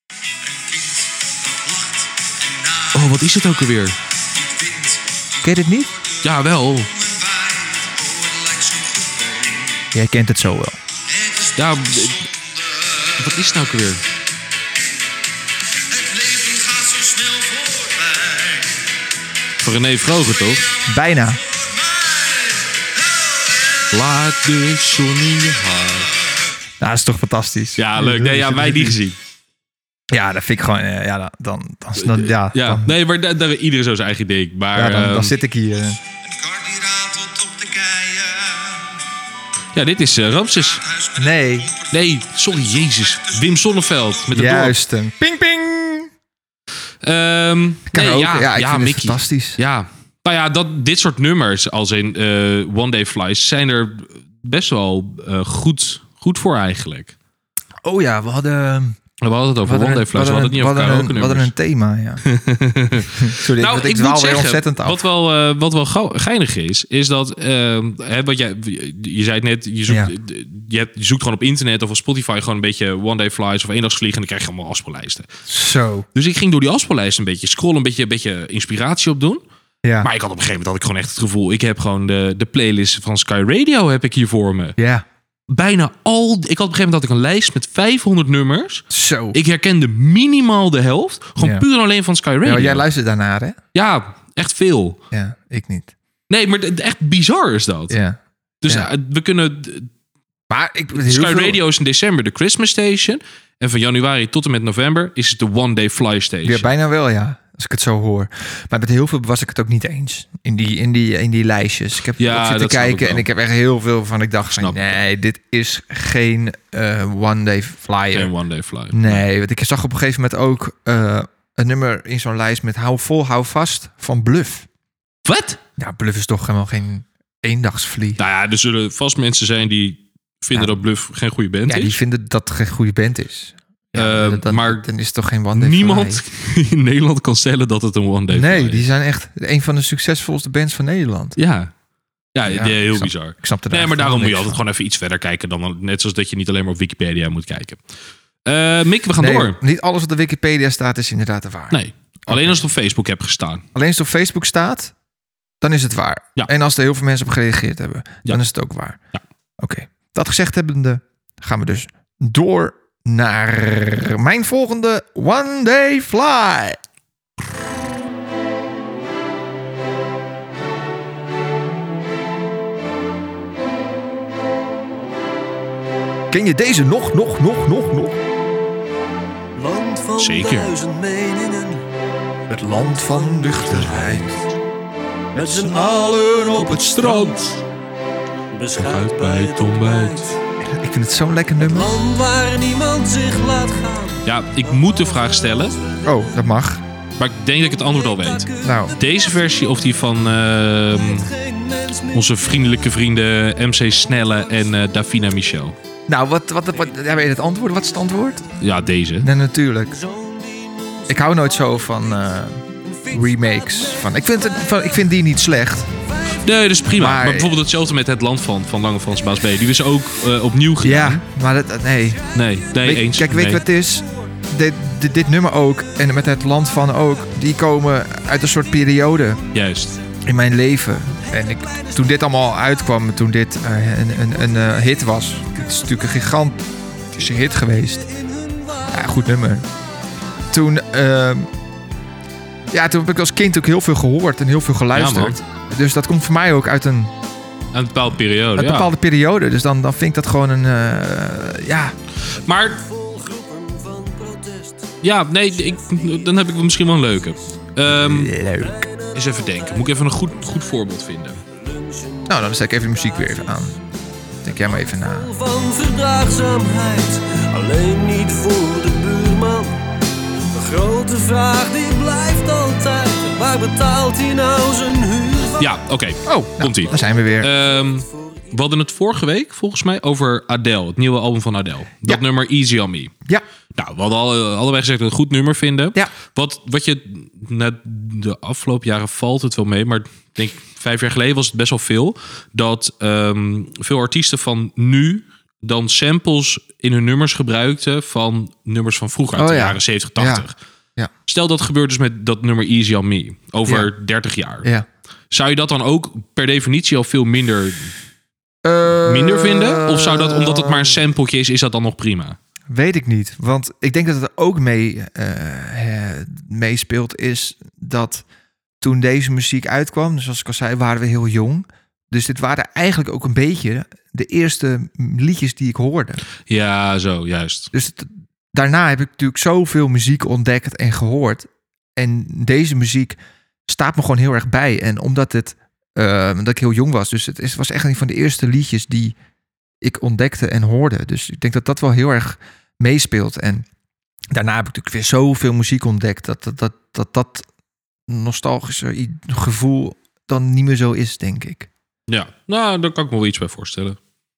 Oh, wat is het ook alweer? Ken je dit niet? Ja, wel. Jij kent het zo wel. Ja, wat is het nou ook alweer? Voor René Vroger, toch? Bijna. Laat de zon in je haar. Nou, dat is toch fantastisch. Ja, leuk. Nee, ja, wij niet gezien. Ja, dat vind ik gewoon... Ja, dan... dan, dan, dan ja, ja, dan, nee, maar daar, daar iedereen zo zijn eigen ding. Maar, ja, dan, um, dan zit ik hier... Uh, ja, dit is uh, Ramses. Nee. Nee, sorry, Jezus. Wim Sonneveld met de Juist een ping ping. Um, nee, ook, ja, ja, ik ja, vind Mickey. het fantastisch. Ja, nou ja, dat, dit soort nummers als in uh, One Day Flies zijn er best wel uh, goed, goed voor eigenlijk. Oh ja, we hadden... We hadden het over One Day Flies, we hadden het niet over karaoke nummers. We hadden een thema, ja. Sorry, nou, ik, ik ik dwaal moet weer zeggen, ontzettend af. Wat wel, uh, wat wel geinig is, is dat... Uh, hè, wat jij, je zei het net, je zoekt, ja. je, hebt, je zoekt gewoon op internet of op Spotify gewoon een beetje One Day Flies of eendagsvliegen en dan krijg je allemaal afspeellijsten. Zo. Dus ik ging door die afspeellijsten een beetje scrollen, een beetje, een beetje inspiratie opdoen. Ja. Maar ik had op een gegeven moment had ik gewoon echt het gevoel, ik heb gewoon de, de playlist van Sky Radio heb ik hier voor me. Ja. Bijna al... Ik had op een gegeven moment had ik een lijst met vijfhonderd nummers. Zo. Ik herkende minimaal de helft. Gewoon ja. puur en alleen van Sky Radio. Ja, jij luistert daarnaar, hè? Ja, echt veel. Ja, ik niet. Nee, maar echt bizar is dat. Ja. Dus ja. we kunnen... Maar ik, Sky veel... Radio is in december de Christmas Station. En van januari tot en met november is het de One Day Fly Station. Ja, bijna wel, ja. Als ik het zo hoor. Maar met heel veel was ik het ook niet eens. In die, in die, in die lijstjes. Ik heb ja, op zitten kijken ik en ik heb echt heel veel van... Ik dacht van, nee, dit is geen uh, One Day Flyer. Geen One Day Flyer. Nee, want ik zag op een gegeven moment ook... Uh, een nummer in zo'n lijst met Hou vol, hou vast van Bluff. Wat? Ja, Bluff is toch helemaal geen eendagsvlieg. Nou ja, er zullen vast mensen zijn die vinden ja. dat Bluff geen goede band ja, is. die vinden dat het geen goede band is. Ja, uh, dan, maar dan is het toch geen One Day niemand Fly. in Nederland kan stellen dat het een One Day Nee, Fly is. Die zijn echt een van de succesvolste bands van Nederland. Ja, ja, ja heel ik snap, bizar. Ik snap het nee, maar daarom moet je altijd van. gewoon even iets verder kijken dan net zoals dat je niet alleen maar op Wikipedia moet kijken. Uh, Mick, we gaan nee, door. Niet alles wat op Wikipedia staat is inderdaad de waar. Nee, alleen okay. als het op Facebook hebt gestaan. Alleen als het op Facebook staat, dan is het waar. Ja. En als er heel veel mensen op gereageerd hebben, ja. dan is het ook waar. Ja. Oké, okay. Dat gezegd hebbende gaan we dus door naar mijn volgende One Day Fly. Ken je deze nog, nog, nog, nog, nog? Land van Zeker. duizend meningen. Het land van nuchterheid. Met z'n allen op het strand. Beschuit bij het ontbijt. Ik vind het zo'n lekker nummer. Land waar niemand zich laat gaan. Ja, ik moet de vraag stellen. Oh, dat mag. Maar ik denk dat ik het antwoord al weet. Nou. Deze versie of die van uh, Onze vriendelijke vrienden M C Snelle en uh, Davina Michel. Nou, wat, wat, wat, ja, weet je het antwoord? Wat is het antwoord? Ja, deze. Nee, natuurlijk. Ik hou nooit zo van uh, remakes. Van, ik, vind het, van, ik vind die niet slecht. Nee, dat is prima. Maar, maar bijvoorbeeld hetzelfde met Het Land van, van Lange Frans Baas B. Die is ook uh, opnieuw gedaan. Ja, maar dat, nee. Nee, nee, weet, eens. Kijk, weet je nee. wat het is? Dit, dit, dit nummer ook en met Het Land van ook, die komen uit een soort periode. Juist. In mijn leven. En ik, toen dit allemaal uitkwam, toen dit uh, een, een, een uh, hit was. Het is natuurlijk een gigantische hit geweest. Ja, goed nummer. Toen, uh, ja, toen heb ik als kind ook heel veel gehoord en heel veel geluisterd. Ja, dus dat komt voor mij ook uit een... Een bepaalde periode, Een ja. bepaalde periode. Dus dan, dan vind ik dat gewoon een... Uh, ja... Maar... Ja, nee, ik, dan heb ik misschien wel een leuke. Um, Leuk. Eens even denken. Moet ik even een goed, goed voorbeeld vinden? Nou, dan zet ik even de muziek weer even aan. Denk jij maar even na. Van verdraagzaamheid, alleen niet voor de buurman. De grote vraag die blijft altijd, waar betaalt hij nou zijn huur van? Ja, oké. Okay. Oh, komt-ie. Nou, daar zijn we weer. Um, we hadden het vorige week, volgens mij, over Adele. Het nieuwe album van Adele. Dat ja. nummer Easy On Me. Ja. Nou, we hadden alle, allebei gezegd dat we het een goed nummer vinden. Ja. Wat, wat je na de afgelopen jaren valt het wel mee. Maar ik denk, vijf jaar geleden was het best wel veel. Dat um, veel artiesten van nu dan samples in hun nummers gebruikten van nummers van vroeger uit oh, de ja. jaren zeventig, tachtig. Ja. Ja. Stel dat gebeurt dus met dat nummer Easy On Me. Over ja. dertig jaar. Ja. Zou je dat dan ook per definitie al veel minder, uh, minder vinden? Of zou dat, omdat het maar een sampletje is, is dat dan nog prima? Weet ik niet. Want ik denk dat het er ook mee uh, meespeelt is dat toen deze muziek uitkwam, dus zoals ik al zei, waren we heel jong. Dus dit waren eigenlijk ook een beetje de eerste liedjes die ik hoorde. Ja, zo, juist. Dus het, daarna heb ik natuurlijk zoveel muziek ontdekt en gehoord. En deze muziek staat me gewoon heel erg bij. En omdat het, uh, dat ik heel jong was, dus het is, was echt een van de eerste liedjes die ik ontdekte en hoorde. Dus ik denk dat dat wel heel erg meespeelt. En daarna heb ik natuurlijk weer zoveel muziek ontdekt dat dat, dat, dat, dat nostalgische gevoel dan niet meer zo is, denk ik. Ja, nou, daar kan ik me wel iets bij voorstellen.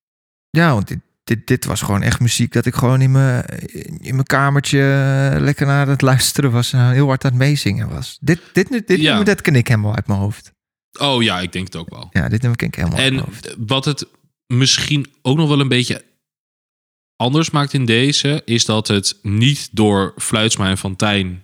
Ja, want dit, dit, dit was gewoon echt muziek dat ik gewoon in mijn, in mijn kamertje lekker naar het luisteren was en heel hard aan het meezingen was. Dit, dit, dit, dit, ja. dit ken ik helemaal uit mijn hoofd. Oh ja, ik denk het ook wel. Ja, dit ken ik helemaal en uit mijn hoofd. Wat het misschien ook nog wel een beetje anders maakt in deze, is dat het niet door Fluitsma en Fontijn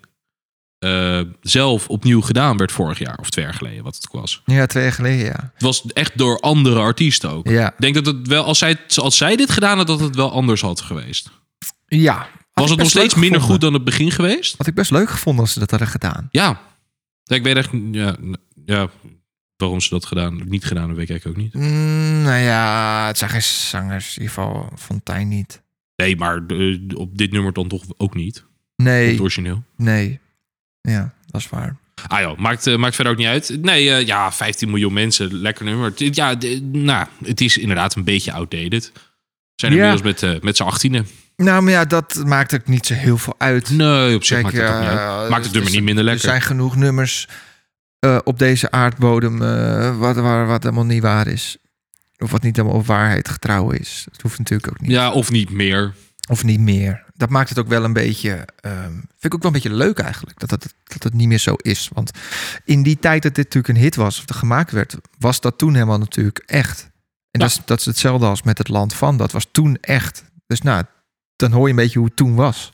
uh, zelf opnieuw gedaan werd vorig jaar of twee jaar geleden, wat het was. Ja, twee jaar geleden, ja. Het was echt door andere artiesten ook. Ja. Ik denk dat het wel, als zij, als zij dit gedaan had, dat het wel anders had geweest. Ja. Was het nog steeds minder goed dan het begin geweest? Had ik best leuk gevonden als ze dat hadden gedaan. Ja. Ik weet echt, ja, ja waarom ze dat gedaan, niet gedaan, dat weet ik ook niet. Mm, nou ja, het zijn geen zangers, in ieder geval Fontijn niet. Nee, maar uh, op dit nummer dan toch ook niet? Nee. Het origineel? Nee. Ja, dat is waar. Ah joh, maakt, uh, maakt verder ook niet uit. Nee, uh, ja, vijftien miljoen mensen, lekker nummer. Ja, de, nou, het is inderdaad een beetje outdated. We zijn er ja. inmiddels met, uh, met z'n achttiende. Nou, maar ja, dat maakt ook niet zo heel veel uit. Nee, op zich Kijk, maakt het ook uh, niet uit. Maakt het nummer niet minder lekker. Er zijn genoeg nummers uh, op deze aardbodem uh, wat, wat, wat helemaal niet waar is. Of wat niet helemaal op waarheid getrouw is. Dat hoeft natuurlijk ook niet. Ja, of niet meer. Of niet meer. Dat maakt het ook wel een beetje... Um, vind ik ook wel een beetje leuk eigenlijk. Dat het, dat het niet meer zo is. Want in die tijd dat dit natuurlijk een hit was... of er gemaakt werd... was dat toen helemaal natuurlijk echt. En ja. dat, is, dat is hetzelfde als met Het Land van. Dat was toen echt. Dus nou, dan hoor je een beetje hoe het toen was.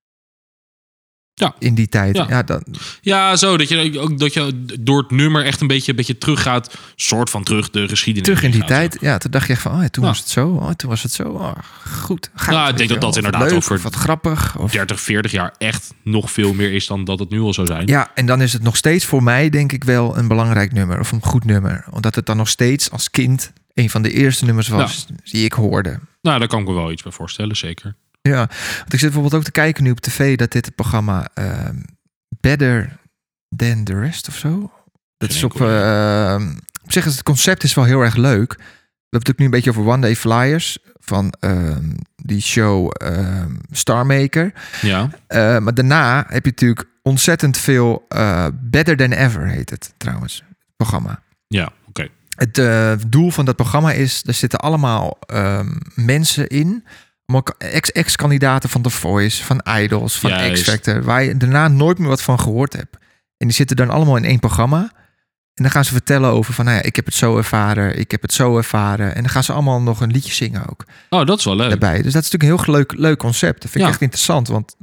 Ja. In die tijd. Ja, ja, dan... ja zo. Dat je, ook, dat je door het nummer echt een beetje, een beetje teruggaat. Soort van terug de geschiedenis. Terug in die gaat, tijd. zo. Ja, toen dacht je van, oh, ja, toen ja. was het zo. Oh, toen was het zo. Oh, goed. Gaat, nou, ik denk dat dat inderdaad leuk, over wat grappig. Of... dertig, veertig jaar echt nog veel meer is dan dat het nu al zou zijn. Ja, en dan is het nog steeds voor mij denk ik wel een belangrijk nummer. Of een goed nummer. Omdat het dan nog steeds als kind een van de eerste nummers was ja. die ik hoorde. Nou, daar kan ik me wel iets bij voorstellen, zeker. Ja, want ik zit bijvoorbeeld ook te kijken nu op tv dat dit programma uh, Better Than The Rest of zo. Dat is op, uh, op zich is het concept is wel heel erg leuk. We hebben het natuurlijk nu een beetje over One Day Flyers van uh, die show uh, Star Maker. Ja. Uh, maar daarna heb je natuurlijk ontzettend veel uh, Better Than Ever heet het trouwens, het programma. Ja, oké. Okay. Het uh, doel van dat programma is, er zitten allemaal um, mensen in, ex-kandidaten van The Voice, van Idols, van Juist. X-Factor, waar je daarna nooit meer wat van gehoord hebt. En die zitten dan allemaal in één programma. En dan gaan ze vertellen over van, nou ja, ik heb het zo ervaren, ik heb het zo ervaren. En dan gaan ze allemaal nog een liedje zingen ook. Oh, dat is wel leuk. Daarbij. Dus dat is natuurlijk een heel leuk, leuk concept. Dat vind ik ja. echt interessant, want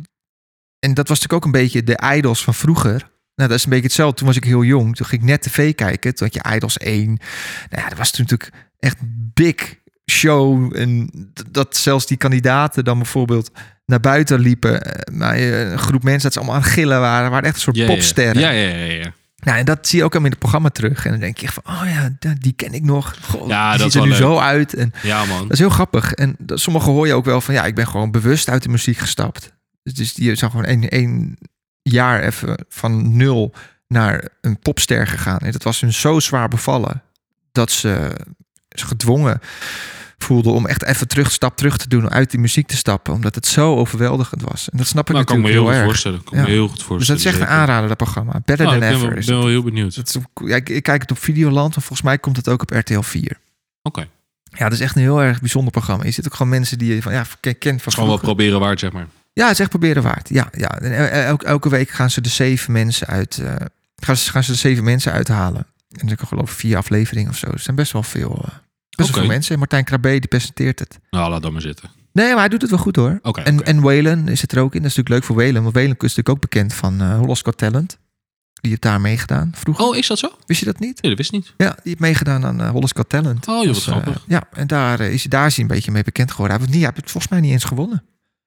en dat was natuurlijk ook een beetje de Idols van vroeger. Nou, dat is een beetje hetzelfde. Toen was ik heel jong. Toen ging ik net tv kijken. Toen had je Idols één. Nou ja, dat was toen natuurlijk echt big show. En dat zelfs die kandidaten dan bijvoorbeeld naar buiten liepen. Maar een groep mensen dat ze allemaal aan het gillen waren. Waren echt een soort ja, popsterren. Ja, ja, ja, ja. Nou, en dat zie je ook allemaal in het programma terug. En dan denk je van, oh ja, die ken ik nog. God, ja, die dat ziet er nu leuk. zo uit. En ja, man. Dat is heel grappig. En sommigen hoor je ook wel van, ja, ik ben gewoon bewust uit de muziek gestapt. Dus, dus die zou gewoon één, één jaar even van nul naar een popster gegaan. En dat was hun zo zwaar bevallen dat ze, ze gedwongen voelden om echt even terug, stap terug te doen, uit die muziek te stappen, omdat het zo overweldigend was. En dat snap ik nou, natuurlijk kan me heel, heel goed erg. Voorstellen. Kan ja. me heel goed voorstellen. Dus dat is echt een aanrader, dat programma. Better nou, Than ik Ever. ben wel, ben wel heel benieuwd. Dat is, ja, ik, ik kijk het op Videoland en volgens mij komt het ook op R T L vier. Oké. Okay. Ja, dat is echt een heel erg bijzonder programma. Je zit ook gewoon mensen die je van ja kent van. Het is gewoon wel proberen waard, zeg maar. Ja, het is echt proberen waard. Ja, ja. En elke, elke week gaan ze de zeven mensen uit. Uh, gaan, ze, gaan ze de zeven mensen uithalen. En ik geloof vier afleveringen of zo. Dus er zijn best wel veel, uh, best okay. veel mensen. En Martijn Krabbe die presenteert het. Nou, laat dat maar zitten. Nee, maar hij doet het wel goed hoor. Okay, en, okay. en Waylon is het er ook in. Dat is natuurlijk leuk voor Waylon. Want Waylon is natuurlijk ook bekend van uh, Holland's Got Talent. Die heeft daar meegedaan vroeger. Oh, is dat zo? Wist je dat niet? Nee, dat wist ik niet. Ja, die heeft meegedaan aan uh, Holland's Got Talent. Oh, joh, wat grappig. Uh, ja, en daar, uh, is, daar is hij een beetje mee bekend geworden. Hij heeft, niet, hij heeft het volgens mij niet eens gewonnen.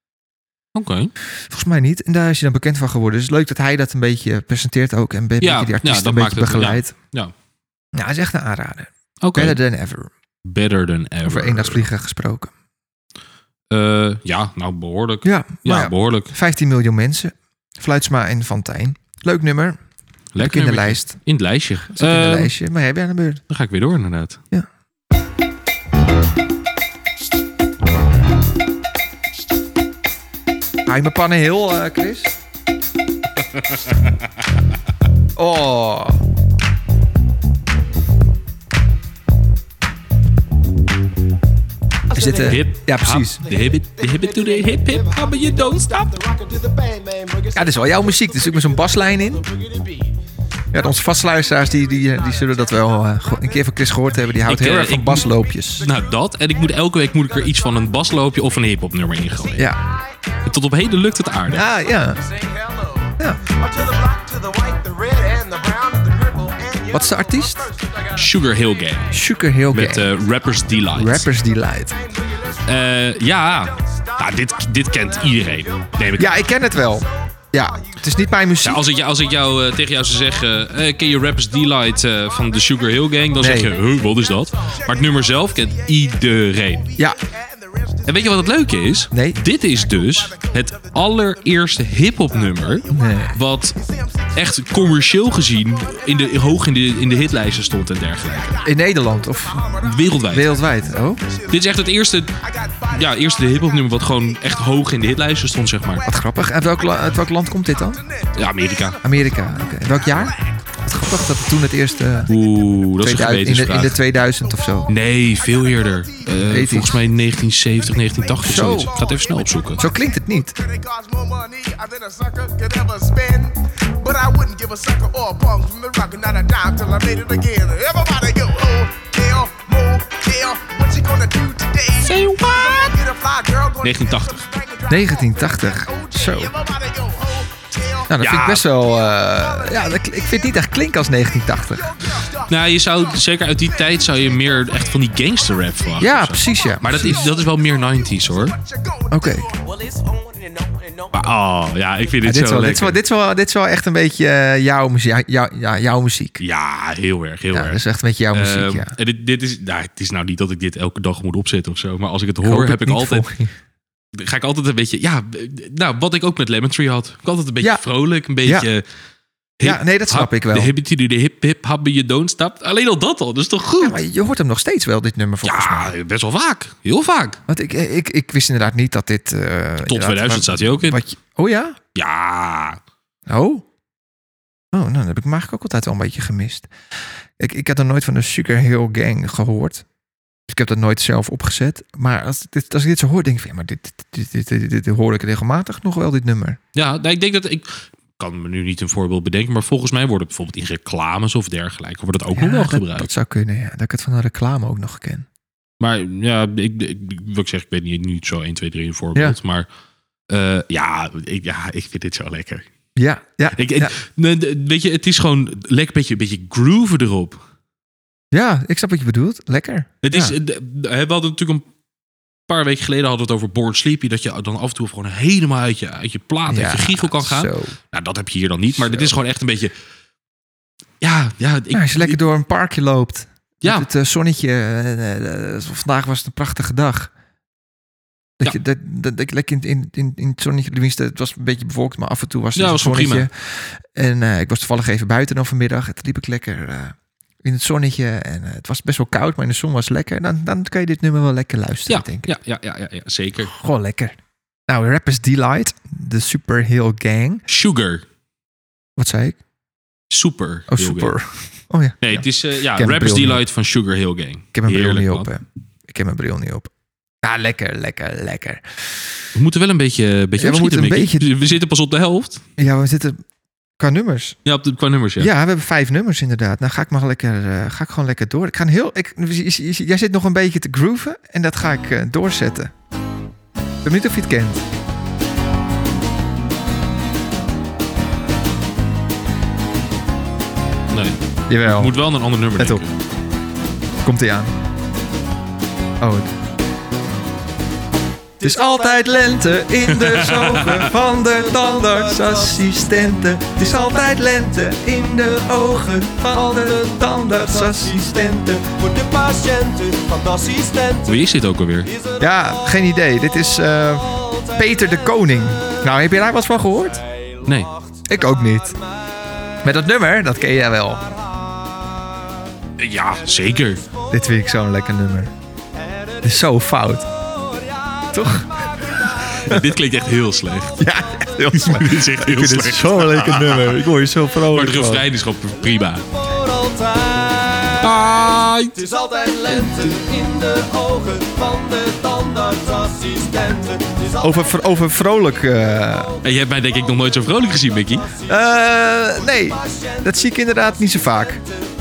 Oké. Okay. Volgens mij niet. En daar is hij dan bekend van geworden. Dus leuk dat hij dat een beetje presenteert ook. En een beetje ja, die artiesten ja, een beetje begeleidt. Het, ja. ja. Nou, hij is echt een aanrader. Okay. Better Than Ever. Better Than Ever. Over eendagsvliegen gesproken. Uh, ja, nou behoorlijk. Ja, ja, ja, behoorlijk. vijftien miljoen mensen. Fluitsma en Van Tijn. Leuk nummer. Lekker in de lijst. In het lijstje. Uh, in de lijstje. Maar jij bent aan de beurt. Dan ga ik weer door inderdaad. Ja. Haal je mijn pannen heel, uh, Chris? Oh. Is dit, uh, hip, ja, precies. De hip it, de hip it to the hip hip, but you don't stop. Ja, dit is wel jouw muziek. Er zit met zo'n baslijn in. Ja, onze vastluisteraars die, die, die zullen dat wel uh, een keer van Chris gehoord hebben. Die houdt ik, heel uh, erg van basloopjes. Moet, nou, dat. En ik moet elke week moet ik er iets van een basloopje of een hip-hop nummer in gooien. Ja. En tot op heden lukt het aardig. Ja, ja. ja. Wat is de artiest? Sugar Hill Gang. Sugar Hill Gang. Met uh, Rappers Delight. Rappers Delight. Uh, ja, nou, dit, dit kent iedereen. Neem ik ja, ik ken het wel. Ja, het is niet mijn muziek. Ja, als ik, als ik jou, uh, tegen jou zou zeggen, uh, ken je Rappers Delight uh, van de Sugar Hill Gang? Dan nee. zeg je, huh, wat is dat? Maar het nummer zelf kent iedereen. Ja. En weet je wat het leuke is? Nee. Dit is dus het allereerste hip-hop nummer. Nee. Wat echt commercieel gezien in de, hoog in de, in de hitlijsten stond en dergelijke. In Nederland of? Wereldwijd. Wereldwijd, oh. Dit is echt het eerste, ja, eerste hip-hop nummer wat gewoon echt hoog in de hitlijsten stond, zeg maar. Wat grappig. Uit welk, uit welk land komt dit dan? Ja, Amerika. Amerika, oké. Okay. Welk jaar? Wat grappig dat het toen het eerste... Oeh, dat is een gewetensvraag. In de, in de tweeduizend of zo. Nee, veel eerder. Uh, volgens mij negentien zeventig, negentien tachtig zo. Zoiets. Ik ga het even snel opzoeken. Zo klinkt het niet. Say what? negentien tachtig. negentien tachtig. Zo. Nou, dat ja. vind ik best wel... Uh, ja, dat, ik vind het niet echt klinken als negentien tachtig. Nou, je zou zeker uit die tijd zou je meer echt van die gangster rap verwachten. Ja, precies, ja. Maar precies. Dat, is, dat is wel meer negentig hoor. Oké. Okay. Maar oh, ja, ik vind dit, ja, dit zo wel, lekker. Dit is, wel, dit, is wel, dit is wel echt een beetje uh, jouw muziek. Jou, ja, jouw muziek. Ja, heel erg, heel ja, erg. Dat is echt een beetje jouw muziek, uh, ja. En dit, dit is, nou, het is nou niet dat ik dit elke dag moet opzetten of zo. Maar als ik het hoor, ik heb ik altijd... Ga ik altijd een beetje... Ja, nou, wat ik ook met Lemon Tree had. Ik altijd een beetje ja. vrolijk, een beetje... Ja. Hip, ja, nee, dat snap hap, ik wel. De hip, de hip, hip, hab, je don't stop. Alleen al dat al, dat is toch goed? Ja, maar je hoort hem nog steeds wel, dit nummer volgens ja, mij. Ja, best wel vaak. Heel vaak. Want ik, ik, ik wist inderdaad niet dat dit... Uh, Tot tweeduizend staat hij ook in. Wat je, oh ja? Ja. Oh? Oh, nou, dat heb ik me eigenlijk ook altijd wel een beetje gemist. Ik, ik had er nooit van de Sugar Hill Gang gehoord. Dus ik heb dat nooit zelf opgezet. Maar als, dit, als ik dit zo hoor, denk ik van... Ja, maar dit, dit, dit, dit, dit, dit hoor ik regelmatig nog wel, dit nummer. Ja, ik denk dat... ik kan me nu niet een voorbeeld bedenken... maar volgens mij wordt het bijvoorbeeld in reclames of dergelijke... wordt het ook ja, nog wel dat, gebruikt. Dat zou kunnen, ja. Dat ik het van de reclame ook nog ken. Maar ja, ik, ik, wil ik zeggen... ik weet niet, niet zo één, twee, drie een voorbeeld. Ja. Maar uh, ja, ik, ja, ik vind dit zo lekker. Ja, ja. Ik, ja. Ik, weet je, het is gewoon lekker beetje, beetje groove erop. Ja, ik snap wat je bedoelt. Lekker. Het ja. is, we hadden natuurlijk een paar weken geleden hadden we het over Born Sleepy. Dat je dan af en toe gewoon helemaal uit je, uit je plaat, ja, uit je giegel kan gaan. Zo. Nou, dat heb je hier dan niet. Maar zo. Dit is gewoon echt een beetje... Ja, ja. Ik, ja als je lekker door een parkje loopt. Ja. Het uh, zonnetje. Uh, uh, vandaag was het een prachtige dag. Dat, ja. je, dat, dat ik lekker in, in, in, in het zonnetje... Tenminste, het was een beetje bewolkt, maar af en toe was het ja, een zonnetje. Prima. En uh, ik was toevallig even buiten dan vanmiddag. Het liep ik lekker uh, in het zonnetje. En uh, het was best wel koud, maar in de zon was lekker. Dan, dan kan je dit nummer wel lekker luisteren, ja, denk ik. Ja, ja, ja, ja, ja, zeker. Gewoon lekker. Nou, Rapper's Delight. De Super Hill Gang. Sugar. Wat zei ik? Super. Oh, super. Oh ja. Nee, ja. het is uh, ja, Rapper's Delight van Sugar Hill Gang. Ik heb mijn bril niet op, hè. Ik heb mijn bril niet op. Ja, lekker, lekker, lekker. We moeten wel een beetje, beetje ja, we, moeten een beetje... we zitten pas op de helft. Ja, we zitten qua nummers. Ja, op de, qua nummers, ja. Ja, we hebben vijf nummers inderdaad. Nou ga ik maar lekker, uh, ga ik gewoon lekker door. Ik ga een heel, ik, jij zit nog een beetje te grooven en dat ga ik uh, doorzetten. Ik ben benieuwd of je het kent. Nee. Jawel. Het moet wel een ander nummer Let op. Komt-ie aan. Oh, het is altijd lente in de ogen van de tandartsassistenten. Het is altijd lente in de ogen van de tandartsassistenten. Voor de patiënten van de assistenten. Wie is dit ook alweer? Ja, geen idee. Dit is uh, Peter de Koning. Nou, heb je daar wat van gehoord? Nee. Ik ook niet. Met dat nummer, dat ken jij wel. Ja, zeker. Dit vind ik zo'n lekker nummer. Het is zo fout. Toch? Ja, dit klinkt echt heel slecht. Ja, echt heel slecht. Dit is echt heel ik vind slecht. Het zo'n lekker nummer. Ik hoor je zo vrolijk. Maar de refrein is gewoon prima. Het is altijd lente in de ogen van de tandartsassistenten. Over, over vrolijk... Uh... En je hebt mij denk ik nog nooit zo vrolijk gezien, Mickey. Uh, nee, dat zie ik inderdaad niet zo vaak.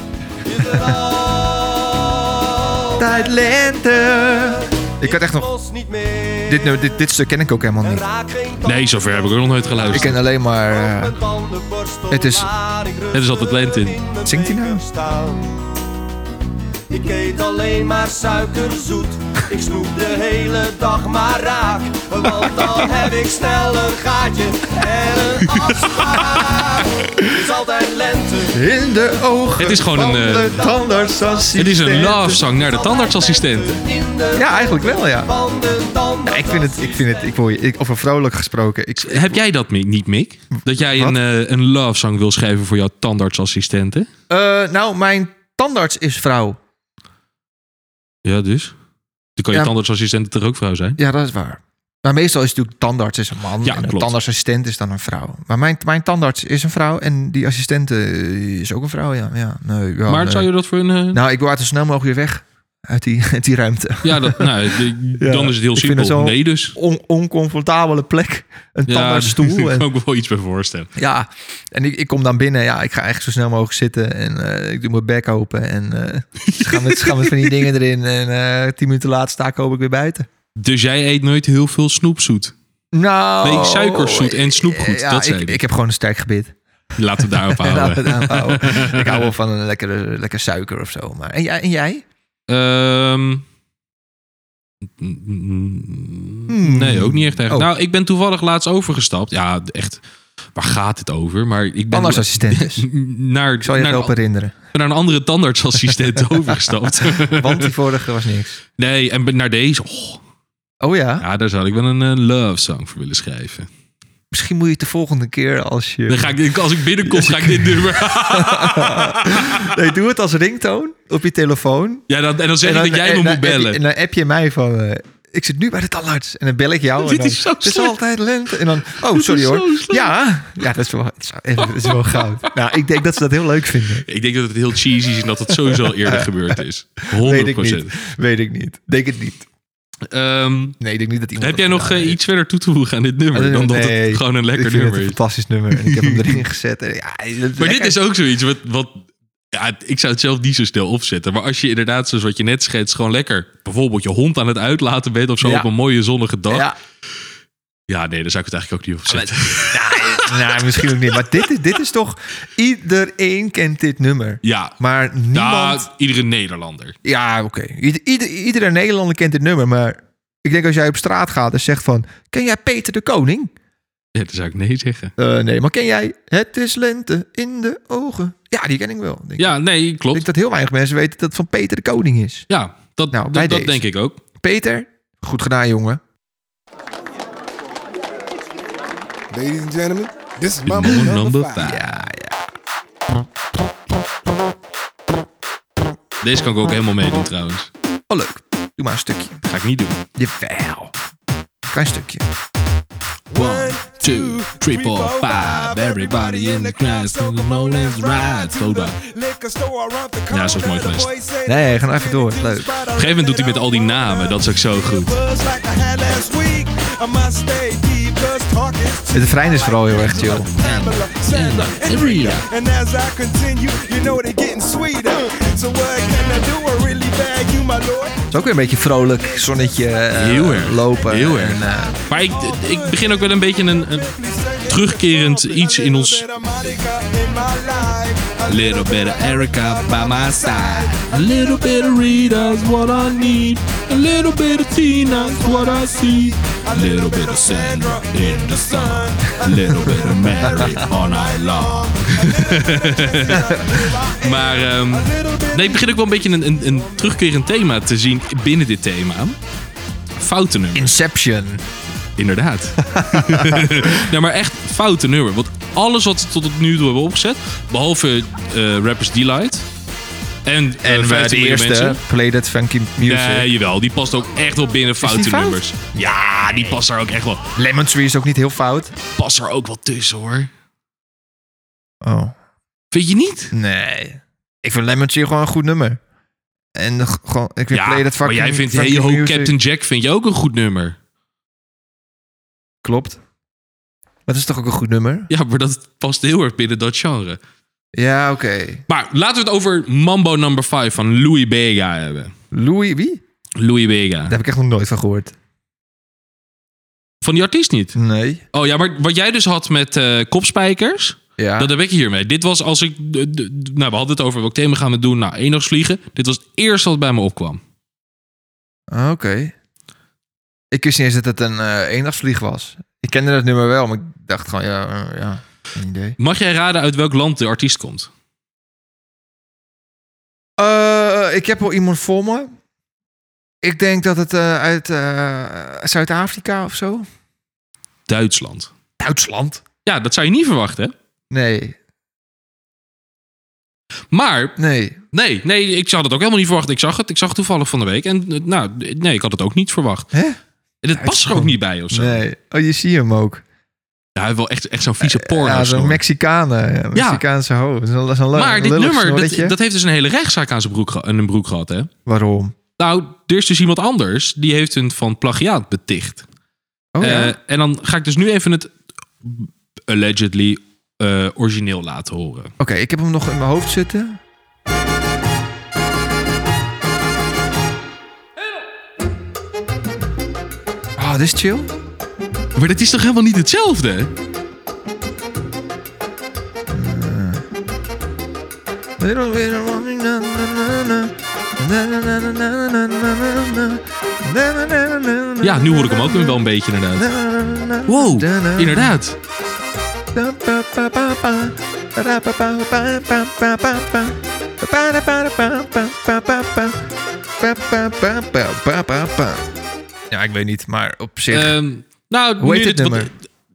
Tijd lente... Ik had echt nog... Dit, dit, dit stuk ken ik ook helemaal niet. Nee, zover heb ik ook nog nooit geluisterd. Ik ken alleen maar... Uh, het is... Het is altijd lente in. Zingt hij nou? Ik eet alleen maar suikerzoet. Ik snoep de hele dag maar raak. Want dan heb ik snel een gaatje en een afspraak. Het is altijd lente in de ogen. Het is gewoon een uh, tandartsassistent. Het is een love song naar de tandartsassistenten. Ja, eigenlijk wel, ja. ja ik vind het, ik vind het, ik wil je, ik, over vrolijk gesproken. Ik, ik, heb jij dat niet, Mick? Dat jij een, uh, een love song wil schrijven voor jouw tandartsassistenten? Uh, nou, mijn tandarts is vrouw. Ja, dus? Dan kan je ja. tandartsassistent toch ook vrouw zijn? Ja, dat is waar. Maar meestal is het natuurlijk tandarts is een man. Ja, en een tandartsassistent is dan een vrouw. Maar mijn, mijn tandarts is een vrouw. En die assistente is ook een vrouw, ja. ja, nee, ja maar nee. zou je dat voor een... Uh... Nou, ik wil uit zo snel mogelijk weer weg. Uit die, uit die ruimte. Ja, dat, nou, de, ja, dan is het heel simpel. Het nee dus. On, oncomfortabele plek. Een ja, tandartsstoel. Daar kan ik me wel iets bij voorstellen. Ja, en ik, ik kom dan binnen. Ja, ik ga echt zo snel mogelijk zitten. En uh, ik doe mijn bek open. En uh, ze gaan met, gaan met van die dingen erin. En uh, tien minuten later sta ik hoop ik weer buiten. Dus jij eet nooit heel veel snoepzoet? Nou... Nee, suikerzoet en snoepgoed. Ja, dat ik, zei ik heb gewoon een sterk gebit. Laten we daarop houden. Laten we daarop houden. Ik hou wel van een lekkere, lekker suiker of zo. Maar, en jij? En jij? Um, nee, ook niet echt. echt. Oh. Nou, ik ben toevallig laatst overgestapt. Ja, echt. Waar gaat het over? Maar ik ben tandartsassistent dus. Naar, ik zal je naar, helpen herinneren. Ik ben naar een andere tandartsassistent overgestapt. Want die vorige was niks. Nee, en naar deze. Oh, oh ja? Ja, daar zou ik wel een uh, love song voor willen schrijven. Misschien moet je het de volgende keer als je... Dan ga ik, als ik binnenkom, ga ik dit nummer... Nee, doe het als ringtoon op je telefoon. Ja, dan, en dan zeg en dan, ik dat jij me moet bellen. En dan app je mij van... Uh, ik zit nu bij de tandarts. En dan bel ik jou. Dit en dan, is zo het is slecht. altijd lente. En dan, oh, sorry hoor. Ja, ja, dat is wel, dat is wel goud. Nou, ik denk dat ze dat heel leuk vinden. Ik denk dat het heel cheesy is en dat het sowieso al eerder gebeurd is. honderd procent. Weet ik niet. Weet ik niet. Denk het niet. Um, nee, ik denk niet dat iemand... Heb jij nog uh, iets verder toe te voegen aan dit nummer? Uh, dan dat nee, het gewoon een lekker ik vind nummer het een is. fantastisch nummer. En ik heb hem erin gezet. En, ja, maar lekker. dit is ook zoiets wat... wat ja, ik zou het zelf niet zo snel opzetten. Maar als je inderdaad, zoals wat je net schetst, gewoon lekker bijvoorbeeld je hond aan het uitlaten bent of zo ja. op een mooie zonnige dag. Ja. ja, nee, daar zou ik het eigenlijk ook niet op zetten. Ja, nou, misschien ook niet. Maar dit is, dit is toch... Iedereen kent dit nummer. Ja. Maar niemand... Nou, iedere Nederlander. Ja, oké. Okay. Ieder, ieder, iedere Nederlander kent dit nummer. Maar ik denk als jij op straat gaat en zegt van... Ken jij Peter de Koning? Ja, dan zou ik nee zeggen. Uh, nee, maar ken jij Het is lente in de ogen? Ja, die ken ik wel. Denk ja, nee, klopt. Ik denk dat heel weinig mensen weten dat het van Peter de Koning is. Ja, dat, nou, dat, dat denk ik ook. Peter, goed gedaan, jongen. Ladies and gentlemen, this is Mambo number, number five. five. Ja, ja. Deze kan ik ook helemaal meedoen trouwens. Oh, leuk. Doe maar een stukje. Ga ik niet doen. Jawel. Klein stukje. One, two, three, four, five. Everybody in the class from the Nolans ride. Slow down. Ja, zo is mooi geweest. Nee, ga nou even door. Leuk. Op een gegeven moment doet hij met al die namen. Dat is ook zo goed. Het refrein is vooral heel erg chill. Het is ook weer een beetje vrolijk, zonnetje, uh, heel erg, lopen. Heel erg. En, uh, maar ik, ik begin ook wel een beetje een, een terugkerend iets in ons... A little bit of Erica by my side. A little bit of Rita's what I need. A little bit of Tina's what I see. A little bit of Sandra in the sun. A little bit of Mary all night long. maar um, nee, ik begin ook wel een beetje een, een, een terugkerend thema te zien binnen dit thema. Foute nummers. Inception. Inderdaad. nou, maar echt foute nummer. Want alles wat we tot nu toe hebben opgezet, behalve uh, Rapper's Delight en, uh, en uh, de eerste, mensen. Play That Funky Music. Nee, jawel. Die past ook echt wel binnen foute fout? nummers. Ja, die past er ook echt wel. Lemon Tree is ook niet heel fout. Past er ook wel tussen, hoor. Oh. Vind je niet? Nee. Ik vind Lemon Tree gewoon een goed nummer. En uh, gewoon, ik vind ja, Play That Funky maar jij vindt Hey Ho Music. Captain Jack vind je ook een goed nummer. Klopt. Dat is toch ook een goed nummer? Ja, maar dat past heel erg binnen dat genre. Ja, oké. Okay. Maar laten we het over Mambo number vijf van Louis Vega hebben. Louis wie? Louis Vega. Daar heb ik echt nog nooit van gehoord. Van die artiest niet? Nee. Oh ja, maar wat jij dus had met uh, Kopspijkers... Ja. Dat heb ik hiermee. Dit was als ik... De, de, nou, we hadden het over welk thema gaan we doen. Nou, eendagsvliegen. Dit was het eerste wat bij me opkwam. Oké. Okay. Ik wist niet eens dat het een uh, eendagsvlieg was. Ik kende dat nummer wel, maar ik dacht gewoon, ja, uh, ja, geen idee. Mag jij raden uit welk land de artiest komt? Uh, ik heb wel iemand voor me. Ik denk dat het uh, uit uh, Zuid-Afrika of zo. Duitsland. Duitsland? Ja, dat zou je niet verwachten, hè? Nee. Maar... Nee. Nee, nee, ik zou dat ook helemaal niet verwachten. Ik zag het, ik zag het toevallig van de week. En nou, nee, ik had het ook niet verwacht. Hè? En het past er ook niet bij of zo. Nee. Oh, je ziet hem ook. Ja, hij heeft wel echt, echt zo'n vieze porno. Ja, zo'n Mexicanen. Ja, Mexicaanse ja. hoofd. Dat is een maar dit nummer, dat, dat heeft dus een hele rechtszaak aan zijn broek, aan een broek gehad, hè? Waarom? Nou, er is dus iemand anders, die heeft hun van plagiaat beticht. Oh, ja? uh, en dan ga ik dus nu even het allegedly uh, origineel laten horen. Oké, okay, ik heb hem nog in mijn hoofd zitten. Oh, dit is chill. Maar dat is toch helemaal niet hetzelfde? Ja, nu hoor ik hem ook wel een beetje inderdaad. Wow, inderdaad. Ja, ik weet niet, maar op zich... Um, nou, hoe heet het nummer?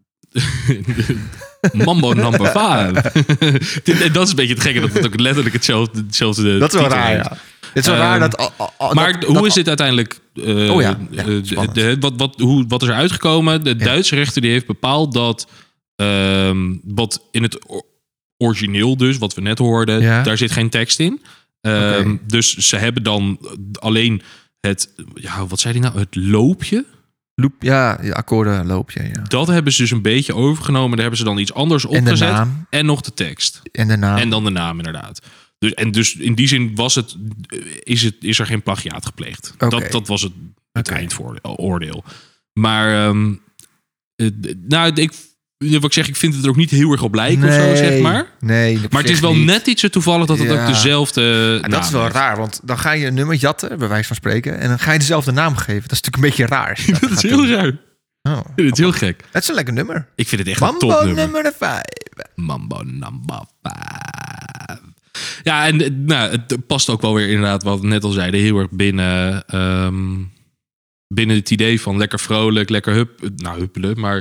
Mambo number vijf. Dat is een beetje het gekke dat het ook letterlijk hetzelfde, hetzelfde dat is wel raar, ja. Het is wel um, raar dat... Uh, uh, maar dat, hoe dat, is dit uiteindelijk... Uh, oh ja, ja de, de, wat, wat, hoe, wat is er uitgekomen? De ja. Duitse rechter die heeft bepaald dat... Um, wat in het origineel dus, wat we net hoorden... Ja. Daar zit geen tekst in. Um, okay. Dus ze hebben dan alleen het... Ja, wat zei hij nou? Het loopje... Loop, ja, akkoordenloopje. Ja. Dat hebben ze dus een beetje overgenomen. Daar hebben ze dan iets anders opgezet. En, en nog de tekst. En de naam. En dan de naam, inderdaad. Dus, en dus in die zin was het, is, het, is er geen plagiaat gepleegd. Okay. Dat, dat was het, het okay. eindoordeel. Maar, um, nou, ik, wat ik zeg, ik vind het er ook niet heel erg op lijken nee, of zo, zeg maar. Nee, maar het is wel niet. net iets te toevallig dat het ja. ook dezelfde en dat is wel heeft. Raar, want dan ga je een nummer jatten, bij wijze van spreken, en dan ga je dezelfde naam geven. Dat is natuurlijk een beetje raar. Dat, dat is heel doen. Raar. Oh, het is heel gek. Het is een lekker nummer. Ik vind het echt Mambo een topnummer. Mambo nummer vijf. Mambo nummer vijf. Ja, en nou, het past ook wel weer inderdaad, wat we net al zeiden, heel erg binnen, um, binnen het idee van lekker vrolijk, lekker hup, nou huppelen, maar...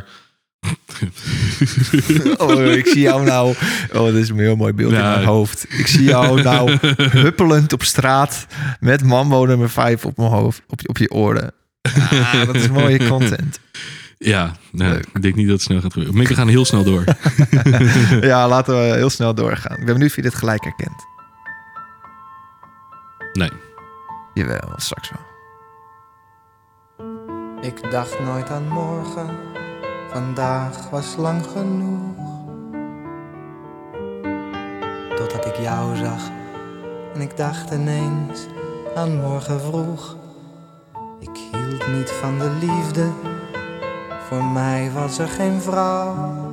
oh, ik zie jou nou... Oh, dat is een heel mooi beeld ja. in mijn hoofd. Ik zie jou nou huppelend op straat met Mambo nummer vijf op mijn hoofd, op, op je oren. Ah, dat is mooie content. Ja, nou, ik denk niet dat het snel gaat gebeuren. Maar we gaan heel snel door. Ja, laten we heel snel doorgaan. Ik ben benieuwd of je dit gelijk herkent. Nee. Jawel, straks wel. Ik dacht nooit aan morgen. Vandaag was lang genoeg. Totdat ik jou zag. En ik dacht ineens aan morgen vroeg. Ik hield niet van de liefde. Voor mij was er geen vrouw.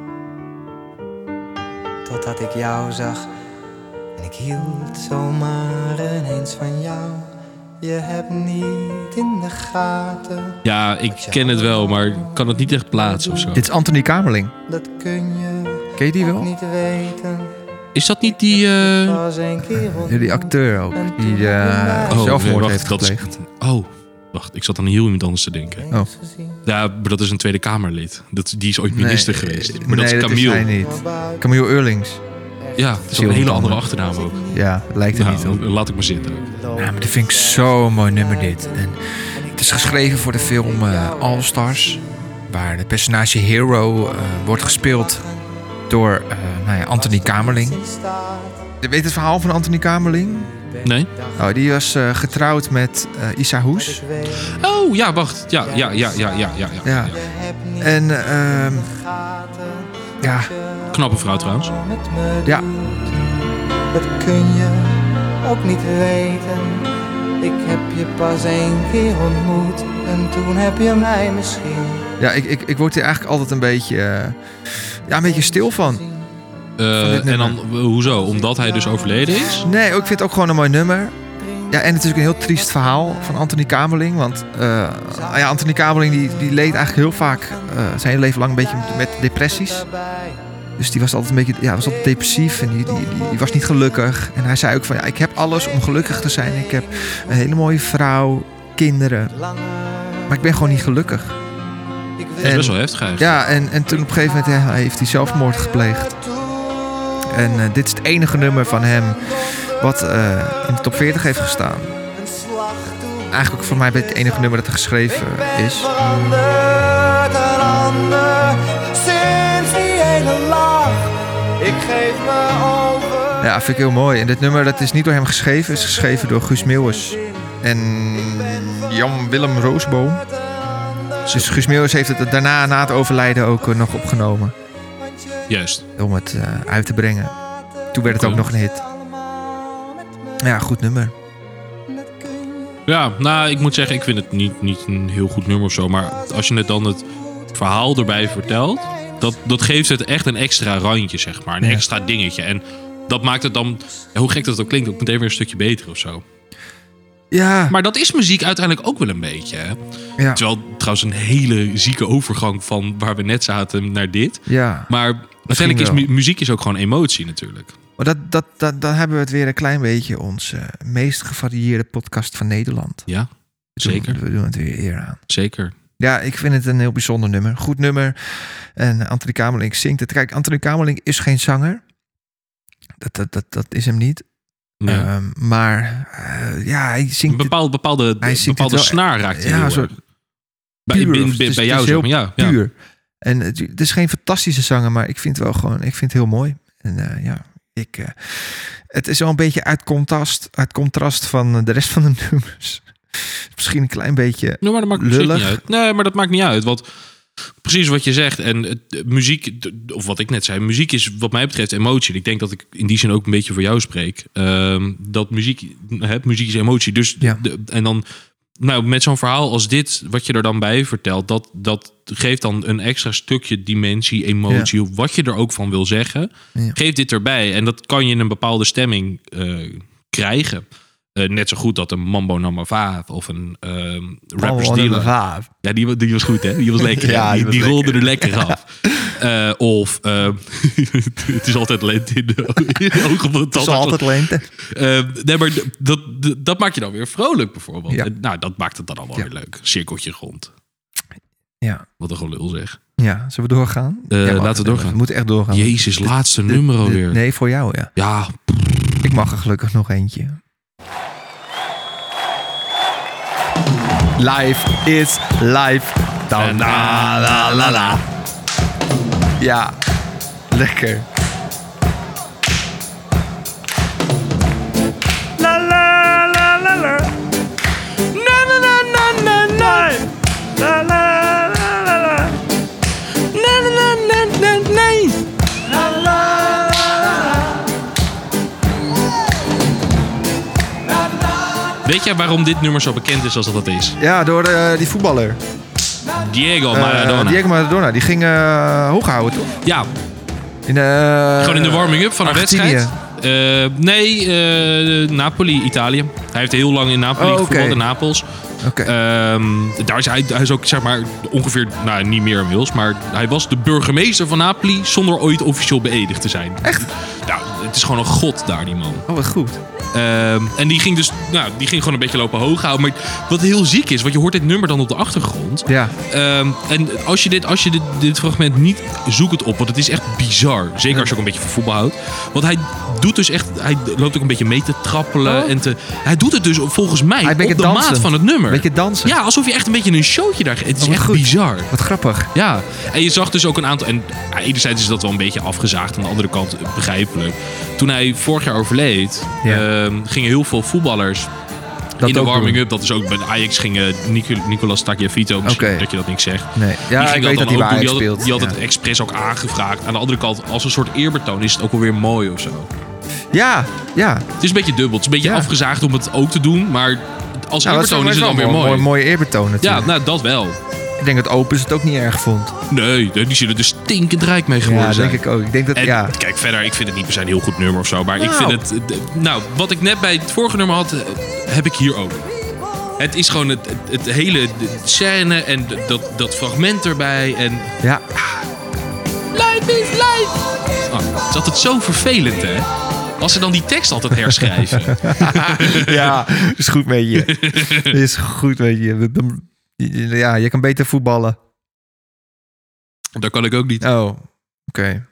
Totdat ik jou zag. En ik hield zomaar ineens van jou. Je hebt niet in de gaten. Ja, ik ken het wel, maar ik kan het niet echt plaatsen of zo. Dit is Anthony Kamerling. Dat kun je, ken je die wel? Niet weten. Is dat niet die... Uh... Ja, die acteur ook. Die uh, oh, zelfmoord nee, wacht, heeft gepleegd. Is... Oh, wacht. Ik zat aan heel iemand anders te denken. Oh. Ja, maar dat is een Tweede Kamerlid. Dat, die is ooit minister nee, geweest. Maar nee, dat is Camille. Dat is hij niet. Camille Eurlings. Ja, dat is een hele andere achternaam ook. Ja, lijkt er nou, niet op. Laat ik maar zitten. Ja, maar dit vind ik zo'n mooi nummer dit. En het is geschreven voor de film uh, All Stars. Waar de personage Hero uh, wordt gespeeld door uh, nou ja, Anthony Kamerling. Je weet het verhaal van Anthony Kamerling? Nee. Oh, die was uh, getrouwd met uh, Isa Hoes. Oh, ja, wacht. Ja, ja, ja, ja, ja, ja. ja. ja. En uh, ja... Knappe vrouw trouwens. Ja. Dat kun je ook niet weten. Ik heb je pas één keer ontmoet. En toen heb je mij misschien. Ja, ik, ik, ik word hier eigenlijk altijd een beetje... Uh, ja, een beetje stil van. Uh, en dan, hoezo? Omdat hij dus overleden is? Nee, ik vind het ook gewoon een mooi nummer. Ja, en het is ook een heel triest verhaal van Anthony Kamerling. Want uh, ja, Anthony Kamerling die, die leed eigenlijk heel vaak... Uh, zijn hele leven lang een beetje met depressies. Dus die was altijd een beetje, ja, was altijd depressief en die, die, die, die was niet gelukkig. En hij zei ook van, ja, ik heb alles om gelukkig te zijn. Ik heb een hele mooie vrouw, kinderen. Maar ik ben gewoon niet gelukkig. Dat is best wel heftig eigenlijk. Ja, en, en toen op een gegeven moment ja, heeft hij zelfmoord gepleegd. En uh, dit is het enige nummer van hem wat uh, in de top veertig heeft gestaan. Eigenlijk ook voor mij het enige nummer dat er geschreven is. Ik geef me over. Ja, vind ik heel mooi. En dit nummer dat is niet door hem geschreven. Het is geschreven door Guus Meeuwis en Jan Willem Roosboom. Dus Guus Meeuwis heeft het daarna, na het overlijden, ook uh, nog opgenomen. Juist. Om het uh, uit te brengen. Toen werd het ook nog een hit. Ja, goed nummer. Ja, nou, ik moet zeggen, ik vind het niet, niet een heel goed nummer of zo. Maar als je het dan het verhaal erbij vertelt... Dat, dat geeft het echt een extra randje, zeg maar. Een ja. extra dingetje. En dat maakt het dan, hoe gek dat ook klinkt, ook meteen weer een stukje beter of zo. Ja. Maar dat is muziek uiteindelijk ook wel een beetje. Hè? Ja. Terwijl trouwens een hele zieke overgang van waar we net zaten naar dit. Ja. Maar uiteindelijk is mu- muziek is ook gewoon emotie natuurlijk. Maar dat, dat, dat, dan hebben we het weer een klein beetje onze meest gevarieerde podcast van Nederland. Ja, zeker. We doen, we doen het weer eer aan. Zeker. Ja, ik vind het een heel bijzonder nummer. Goed nummer. En Anthony Kamerling zingt het. Kijk, Anthony Kamerling is geen zanger. Dat, dat, dat, dat is hem niet. Ja. Um, maar uh, ja, hij zingt... Een bepaalde, bepaalde, hij bepaalde wel, snaar raakt hij ja, heel zo erg. Bij, puur, bij, bij, is, bij jou, zeg maar. Ja, puur. Ja. En het, het is geen fantastische zanger, maar ik vind het wel gewoon... Ik vind het heel mooi. En uh, ja, ik... Uh, het is wel een beetje uit contrast, uit contrast van de rest van de nummers. Misschien een klein beetje nee, maar dat maakt lullig. Niet uit. Nee, maar dat maakt niet uit. Want precies wat je zegt. En het, muziek, of wat ik net zei, muziek is wat mij betreft emotie. Ik denk dat ik in die zin ook een beetje voor jou spreek. Um, dat muziek, hè, muziek is emotie. Dus ja. de, en dan, nou, met zo'n verhaal als dit, wat je er dan bij vertelt, dat, dat geeft dan een extra stukje dimensie, emotie, ja. wat je er ook van wil zeggen. Ja. Geef dit erbij. En dat kan je in een bepaalde stemming uh, krijgen. Uh, net zo goed dat een Mambo Number vijf of een uh, Rappers Dealer. Ja, die, die was goed, hè? Die was lekker. ja, die, die, die rolde er lekker af. Uh, of uh, het is altijd lente in de, in de ogen van het Het is altijd lente. Uh, nee, maar dat, dat, dat maakt je dan weer vrolijk, bijvoorbeeld. Ja. En, nou, dat maakt het dan allemaal ja. weer leuk. Cirkeltje rond. Ja. Wat een gelul zeg. Ja, zullen we doorgaan? Uh, ja, laten we doorgaan. We moeten echt doorgaan. Jezus, laatste de, nummer alweer. Nee, voor jou, ja. Ja. Ik mag er gelukkig nog eentje. Life is life. Da, la, la, la, la. Ja, lekker. La la la la la. Na na na na na na. La la la la la. Na na na na na. La la la la. Weet jij waarom dit nummer zo bekend is als dat het is? Ja, door uh, die voetballer. Diego Maradona. Uh, Diego Maradona, die ging uh, hoog houden, toch? Ja. In de, Gewoon in de warming-up van een Argentinië. wedstrijd. Uh, nee, uh, Napoli, Italië. Hij heeft heel lang in Napoli oh, gevoetbald, okay. in Napels. Okay. Um, daar is hij, hij is ook, zeg maar, ongeveer, nou, niet meer inmiddels, maar hij was de burgemeester van Napoli zonder ooit officieel beëdigd te zijn. Echt? Nou, het is gewoon een god daar, die man. Oh, wat goed. Um, en die ging dus, nou, die ging gewoon een beetje lopen hoog houden. Maar wat heel ziek is, want je hoort dit nummer dan op de achtergrond. Ja. Um, en als je, dit, als je dit, dit fragment niet, zoek het op, want het is echt bizar. Zeker als je ook een beetje van voetbal houdt. Want hij doet dus echt, hij loopt ook een beetje mee te trappelen. Oh. En te, hij doet het dus volgens mij op de dansen. maat van het nummer. Beetje dansen. Ja, alsof je echt een beetje een showtje daar... Het is oh, echt goed. bizar. Wat grappig. Ja, en je zag dus ook een aantal... En ja, enerzijds is dat wel een beetje afgezaagd. Aan de andere kant begrijpelijk. Toen hij vorig jaar overleed... Ja. Uh, gingen heel veel voetballers... Dat in de warming-up, dat is ook bij Ajax gingen Nic- Nicolas Tagliafico, misschien okay. dat je dat niks zegt. Nee. Ja, die ging ik dat weet dan dat ook doen. Die had, speelt. het, die had ja. het expres ook aangevraagd. Aan de andere kant, als een soort eerbetoon is het ook wel weer mooi of zo. Ja, ja. Het is een beetje dubbel. Het is een beetje ja. afgezaagd om het ook te doen, maar als nou, eerbetoon is het dan weer mooi. Een mooie eerbetoon natuurlijk. Ja, nou dat wel. Ik denk dat Opus het ook niet erg vond. Nee, die zullen er stinkend rijk mee geworden ja, zijn. Ja, denk ik ook. Ik denk dat, en, ja. Kijk, verder, ik vind het niet per se een heel goed nummer of zo. Maar nou. ik vind het... Nou, wat ik net bij het vorige nummer had, heb ik hier ook. Het is gewoon het, het, het hele de scène en dat, dat fragment erbij. En, ja. Ah, life is life! Oh, het is altijd zo vervelend, hè? Als ze dan die tekst altijd herschrijven. Ja, is goed met je. Is goed met je. Ja, je kan beter voetballen. Dat kan ik ook niet. Oh, oké. Okay.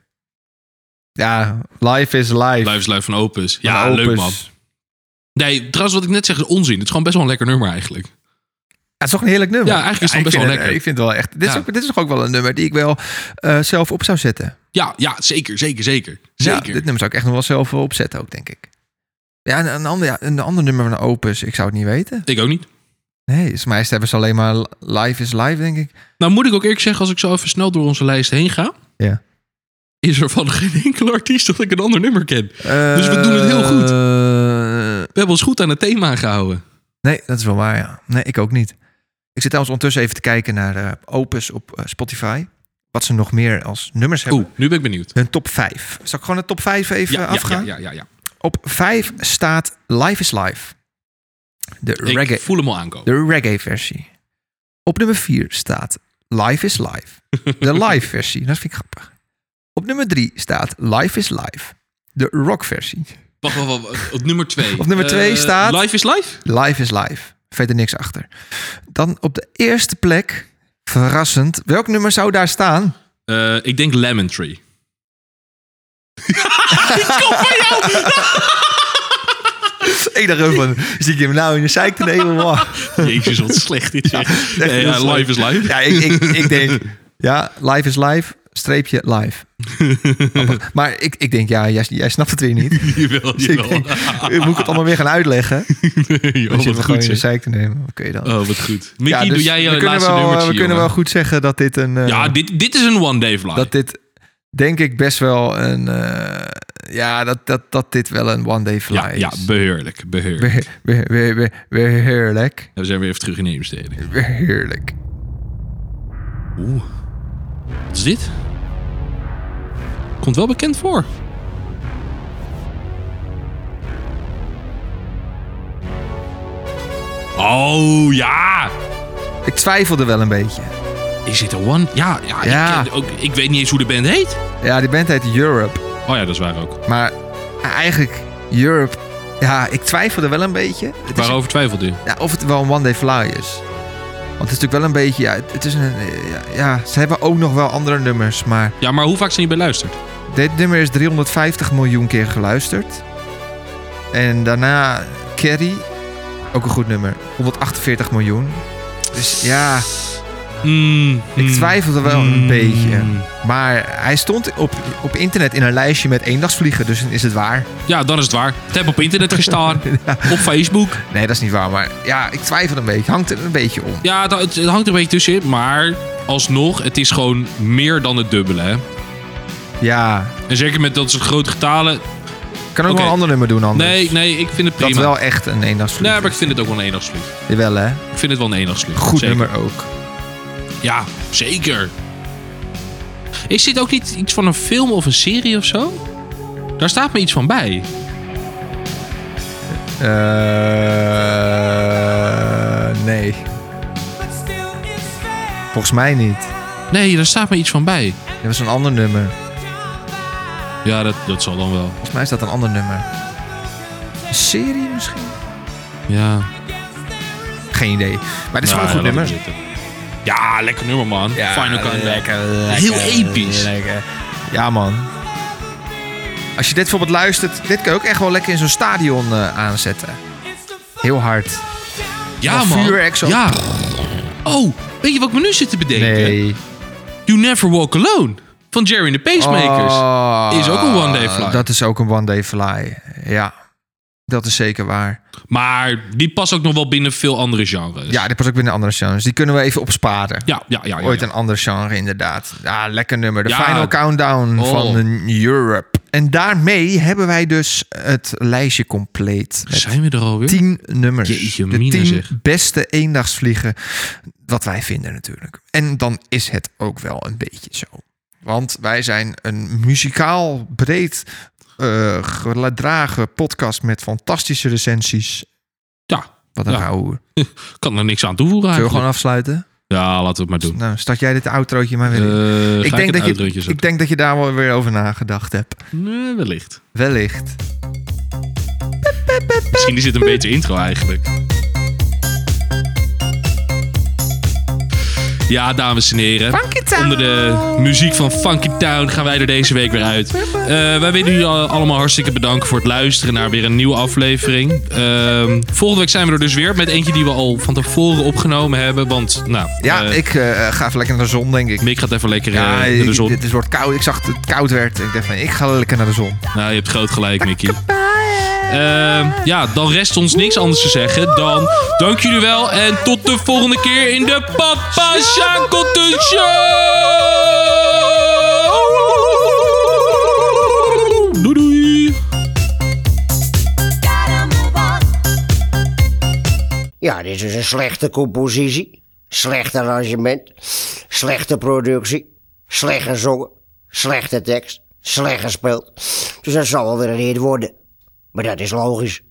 Ja, life is life. Life is life van Opus. Ja, van Opus. Leuk man. Nee, trouwens wat ik net zeg is onzin. Het is gewoon best wel een lekker nummer eigenlijk. Ja, het is toch een heerlijk nummer? Ja, eigenlijk is het ja, best wel het, lekker. Ik vind het wel echt... Dit is, ja. ook, dit is toch ook wel een nummer die ik wel uh, zelf op zou zetten. Ja, ja, zeker, zeker, zeker. zeker. Ja, dit nummer zou ik echt nog wel zelf opzetten ook, denk ik. Ja, een, een, ander, ja, een ander nummer van Opus, ik zou het niet weten. Ik ook niet. Nee, volgens mij hebben ze alleen maar Live is Live, denk ik. Nou, moet ik ook eerlijk zeggen, als ik zo even snel door onze lijst heen ga... Ja. Is er van geen enkele artiest dat ik een ander nummer ken. Uh, dus we doen het heel goed. Uh, we hebben ons goed aan het thema gehouden. Nee, dat is wel waar, ja. Nee, ik ook niet. Ik zit trouwens ondertussen even te kijken naar uh, Opus op uh, Spotify. Wat ze nog meer als nummers hebben. Oeh, nu ben ik benieuwd. Hun top vijf. Zal ik gewoon de top vijf even ja, afgaan? Ja, ja, ja, ja. Op vijf staat Life is Life. De ik reggae, voel hem al aankomen. De reggae versie. Op nummer vier staat Life is Life. De live versie. Dat vind ik grappig. Op nummer drie staat Life is Life. De rock versie. Wacht, wacht, wacht. Op nummer twee. Op nummer twee uh, staat... Life is Life? Life is Life. Verder niks achter. Dan op de eerste plek, verrassend. Welk nummer zou daar staan? Uh, ik denk Lemon Tree. Ik kom van jou! Ik dacht ook van, zie ik hem nou in de zeik te nemen? Wow. Jezus, wat slecht dit. Ja, nee, ja, live is live. Ja, ik, ik, ik denk, ja, live is live, streepje live. Maar ik, ik denk, ja, jij, jij snapt het weer niet. Jawel, dus jawel. Ik denk, moet ik het allemaal weer gaan uitleggen? Nee, als je oh, het gewoon in de zeik te nemen. Oké okay, dan. Oh, wat goed. Mickey, ja, dus doe jij je we laatste wel, nummertje, We kunnen jongen. wel goed zeggen dat dit een... Uh, ja, dit, dit is een one day fly. Dat dit, denk ik, best wel een... Uh, ja, dat, dat, dat dit wel een one day fly ja, is. Ja, beheerlijk. Beheerlijk. Be, be, be, be, beheerlijk. We zijn weer even terug in Heemstede. Beheerlijk. Oeh. Wat is dit? Komt wel bekend voor. Oh, ja. Ik twijfelde wel een beetje. Is dit een one? Ja, ja, ja. Ik, ook, ik weet niet eens hoe de band heet. Ja, die band heet Europe. Oh ja, dat is waar ook. Maar eigenlijk, Europe... Ja, ik twijfelde wel een beetje. Het Waarover is, twijfelde u? Ja, of het wel een one day fly is. Want het is natuurlijk wel een beetje... Ja, het is een, ja, ja, ze hebben ook nog wel andere nummers, maar... Ja, maar hoe vaak zijn die beluisterd? Dit nummer is driehonderdvijftig miljoen keer geluisterd. En daarna Carrie, ook een goed nummer, honderdachtenveertig miljoen. Dus ja, mm, ik twijfelde wel mm, een beetje. Maar hij stond op, op internet in een lijstje met eendagsvliegen, dus is het waar. Ja, dan is het waar. Het heb op internet gestaan, ja. Op Facebook. Nee, dat is niet waar, maar ja, ik twijfel een beetje. Hangt er een beetje om. Ja, het, het hangt er een beetje tussenin, maar alsnog, het is gewoon meer dan het dubbele, hè? Ja. En zeker met dat soort grote getalen. Kan ook okay. wel een ander nummer doen anders. Nee, nee, ik vind het prima. Dat wel echt een eendagsvlieg. Nee, maar ik vind het ook wel een eendagsvlieg. Jawel, hè? Ik vind het wel een eendagsvlieg. Goed zeker. nummer ook. Ja, zeker. Is dit ook niet iets van een film of een serie of zo? Daar staat me iets van bij. Uh, nee. Volgens mij niet. Nee, daar staat me iets van bij. Dat was een ander nummer. Ja, dat, dat zal dan wel. Volgens mij is dat een ander nummer. Een serie misschien? Ja. Geen idee. Maar dit is ja, gewoon een goed ja, nummer. Ja, lekker nummer, man. Ja, Final Countdown. Lekker, lekker. Heel episch. Lekker. Ja, man. Als je dit bijvoorbeeld luistert... Dit kan je ook echt wel lekker in zo'n stadion uh, aanzetten. Heel hard. Ja, man. Vuurwerk zo. Ja. Oh, weet je wat ik me nu zit te bedenken? Nee. You Never Walk Alone. Van Jerry and the Pacemakers. Oh, is ook een one day fly. Dat is ook een one day fly. Ja. Dat is zeker waar. Maar die past ook nog wel binnen veel andere genres. Ja, die past ook binnen andere genres. Die kunnen we even opsparen. Ja, ja, ja. ja Ooit ja. een ander genre, inderdaad. Ja, lekker nummer. De ja. Final Countdown oh. van Europe. En daarmee hebben wij dus het lijstje compleet. Zijn we er alweer? Tien nummers. Jeetje, de mine, tien zeg. beste eendagsvliegen. Wat wij vinden natuurlijk. En dan is het ook wel een beetje zo. Want wij zijn een muzikaal breed uh, gedragen podcast met fantastische recensies. Ja. Wat een ja. ouwe. Kan er niks aan toevoegen. Zullen we gewoon afsluiten? Ja, laten we het maar doen. Nou, start jij dit outrootje maar weer in. Uh, ik, denk ik, dat je, ik denk dat je daar wel weer over nagedacht hebt. Nee, wellicht. Wellicht. Misschien is dit een betere intro eigenlijk. Ja, dames en heren. Onder de muziek van Funky Town gaan wij er deze week weer uit. Uh, wij willen jullie allemaal hartstikke bedanken voor het luisteren naar weer een nieuwe aflevering. Uh, volgende week zijn we er dus weer met eentje die we al van tevoren opgenomen hebben. Want, nou... Ja, uh, ik uh, ga even lekker naar de zon, denk ik. Mick gaat even lekker uh, ja, naar de zon. Ik, het wordt koud. Ik zag dat het koud werd. Ik dacht van, ik ga lekker naar de zon. Nou, je hebt groot gelijk, Mickey. Uh, ja, dan rest ons niks anders te zeggen dan dank jullie wel en tot de volgende keer in de Papa Shackleton Show! Doei doei! Ja, dit is een slechte compositie, slecht arrangement, slechte productie, slecht gezongen, slechte tekst, slecht gespeeld. Dus dat zal wel weer een hit worden. Maar dat is logisch.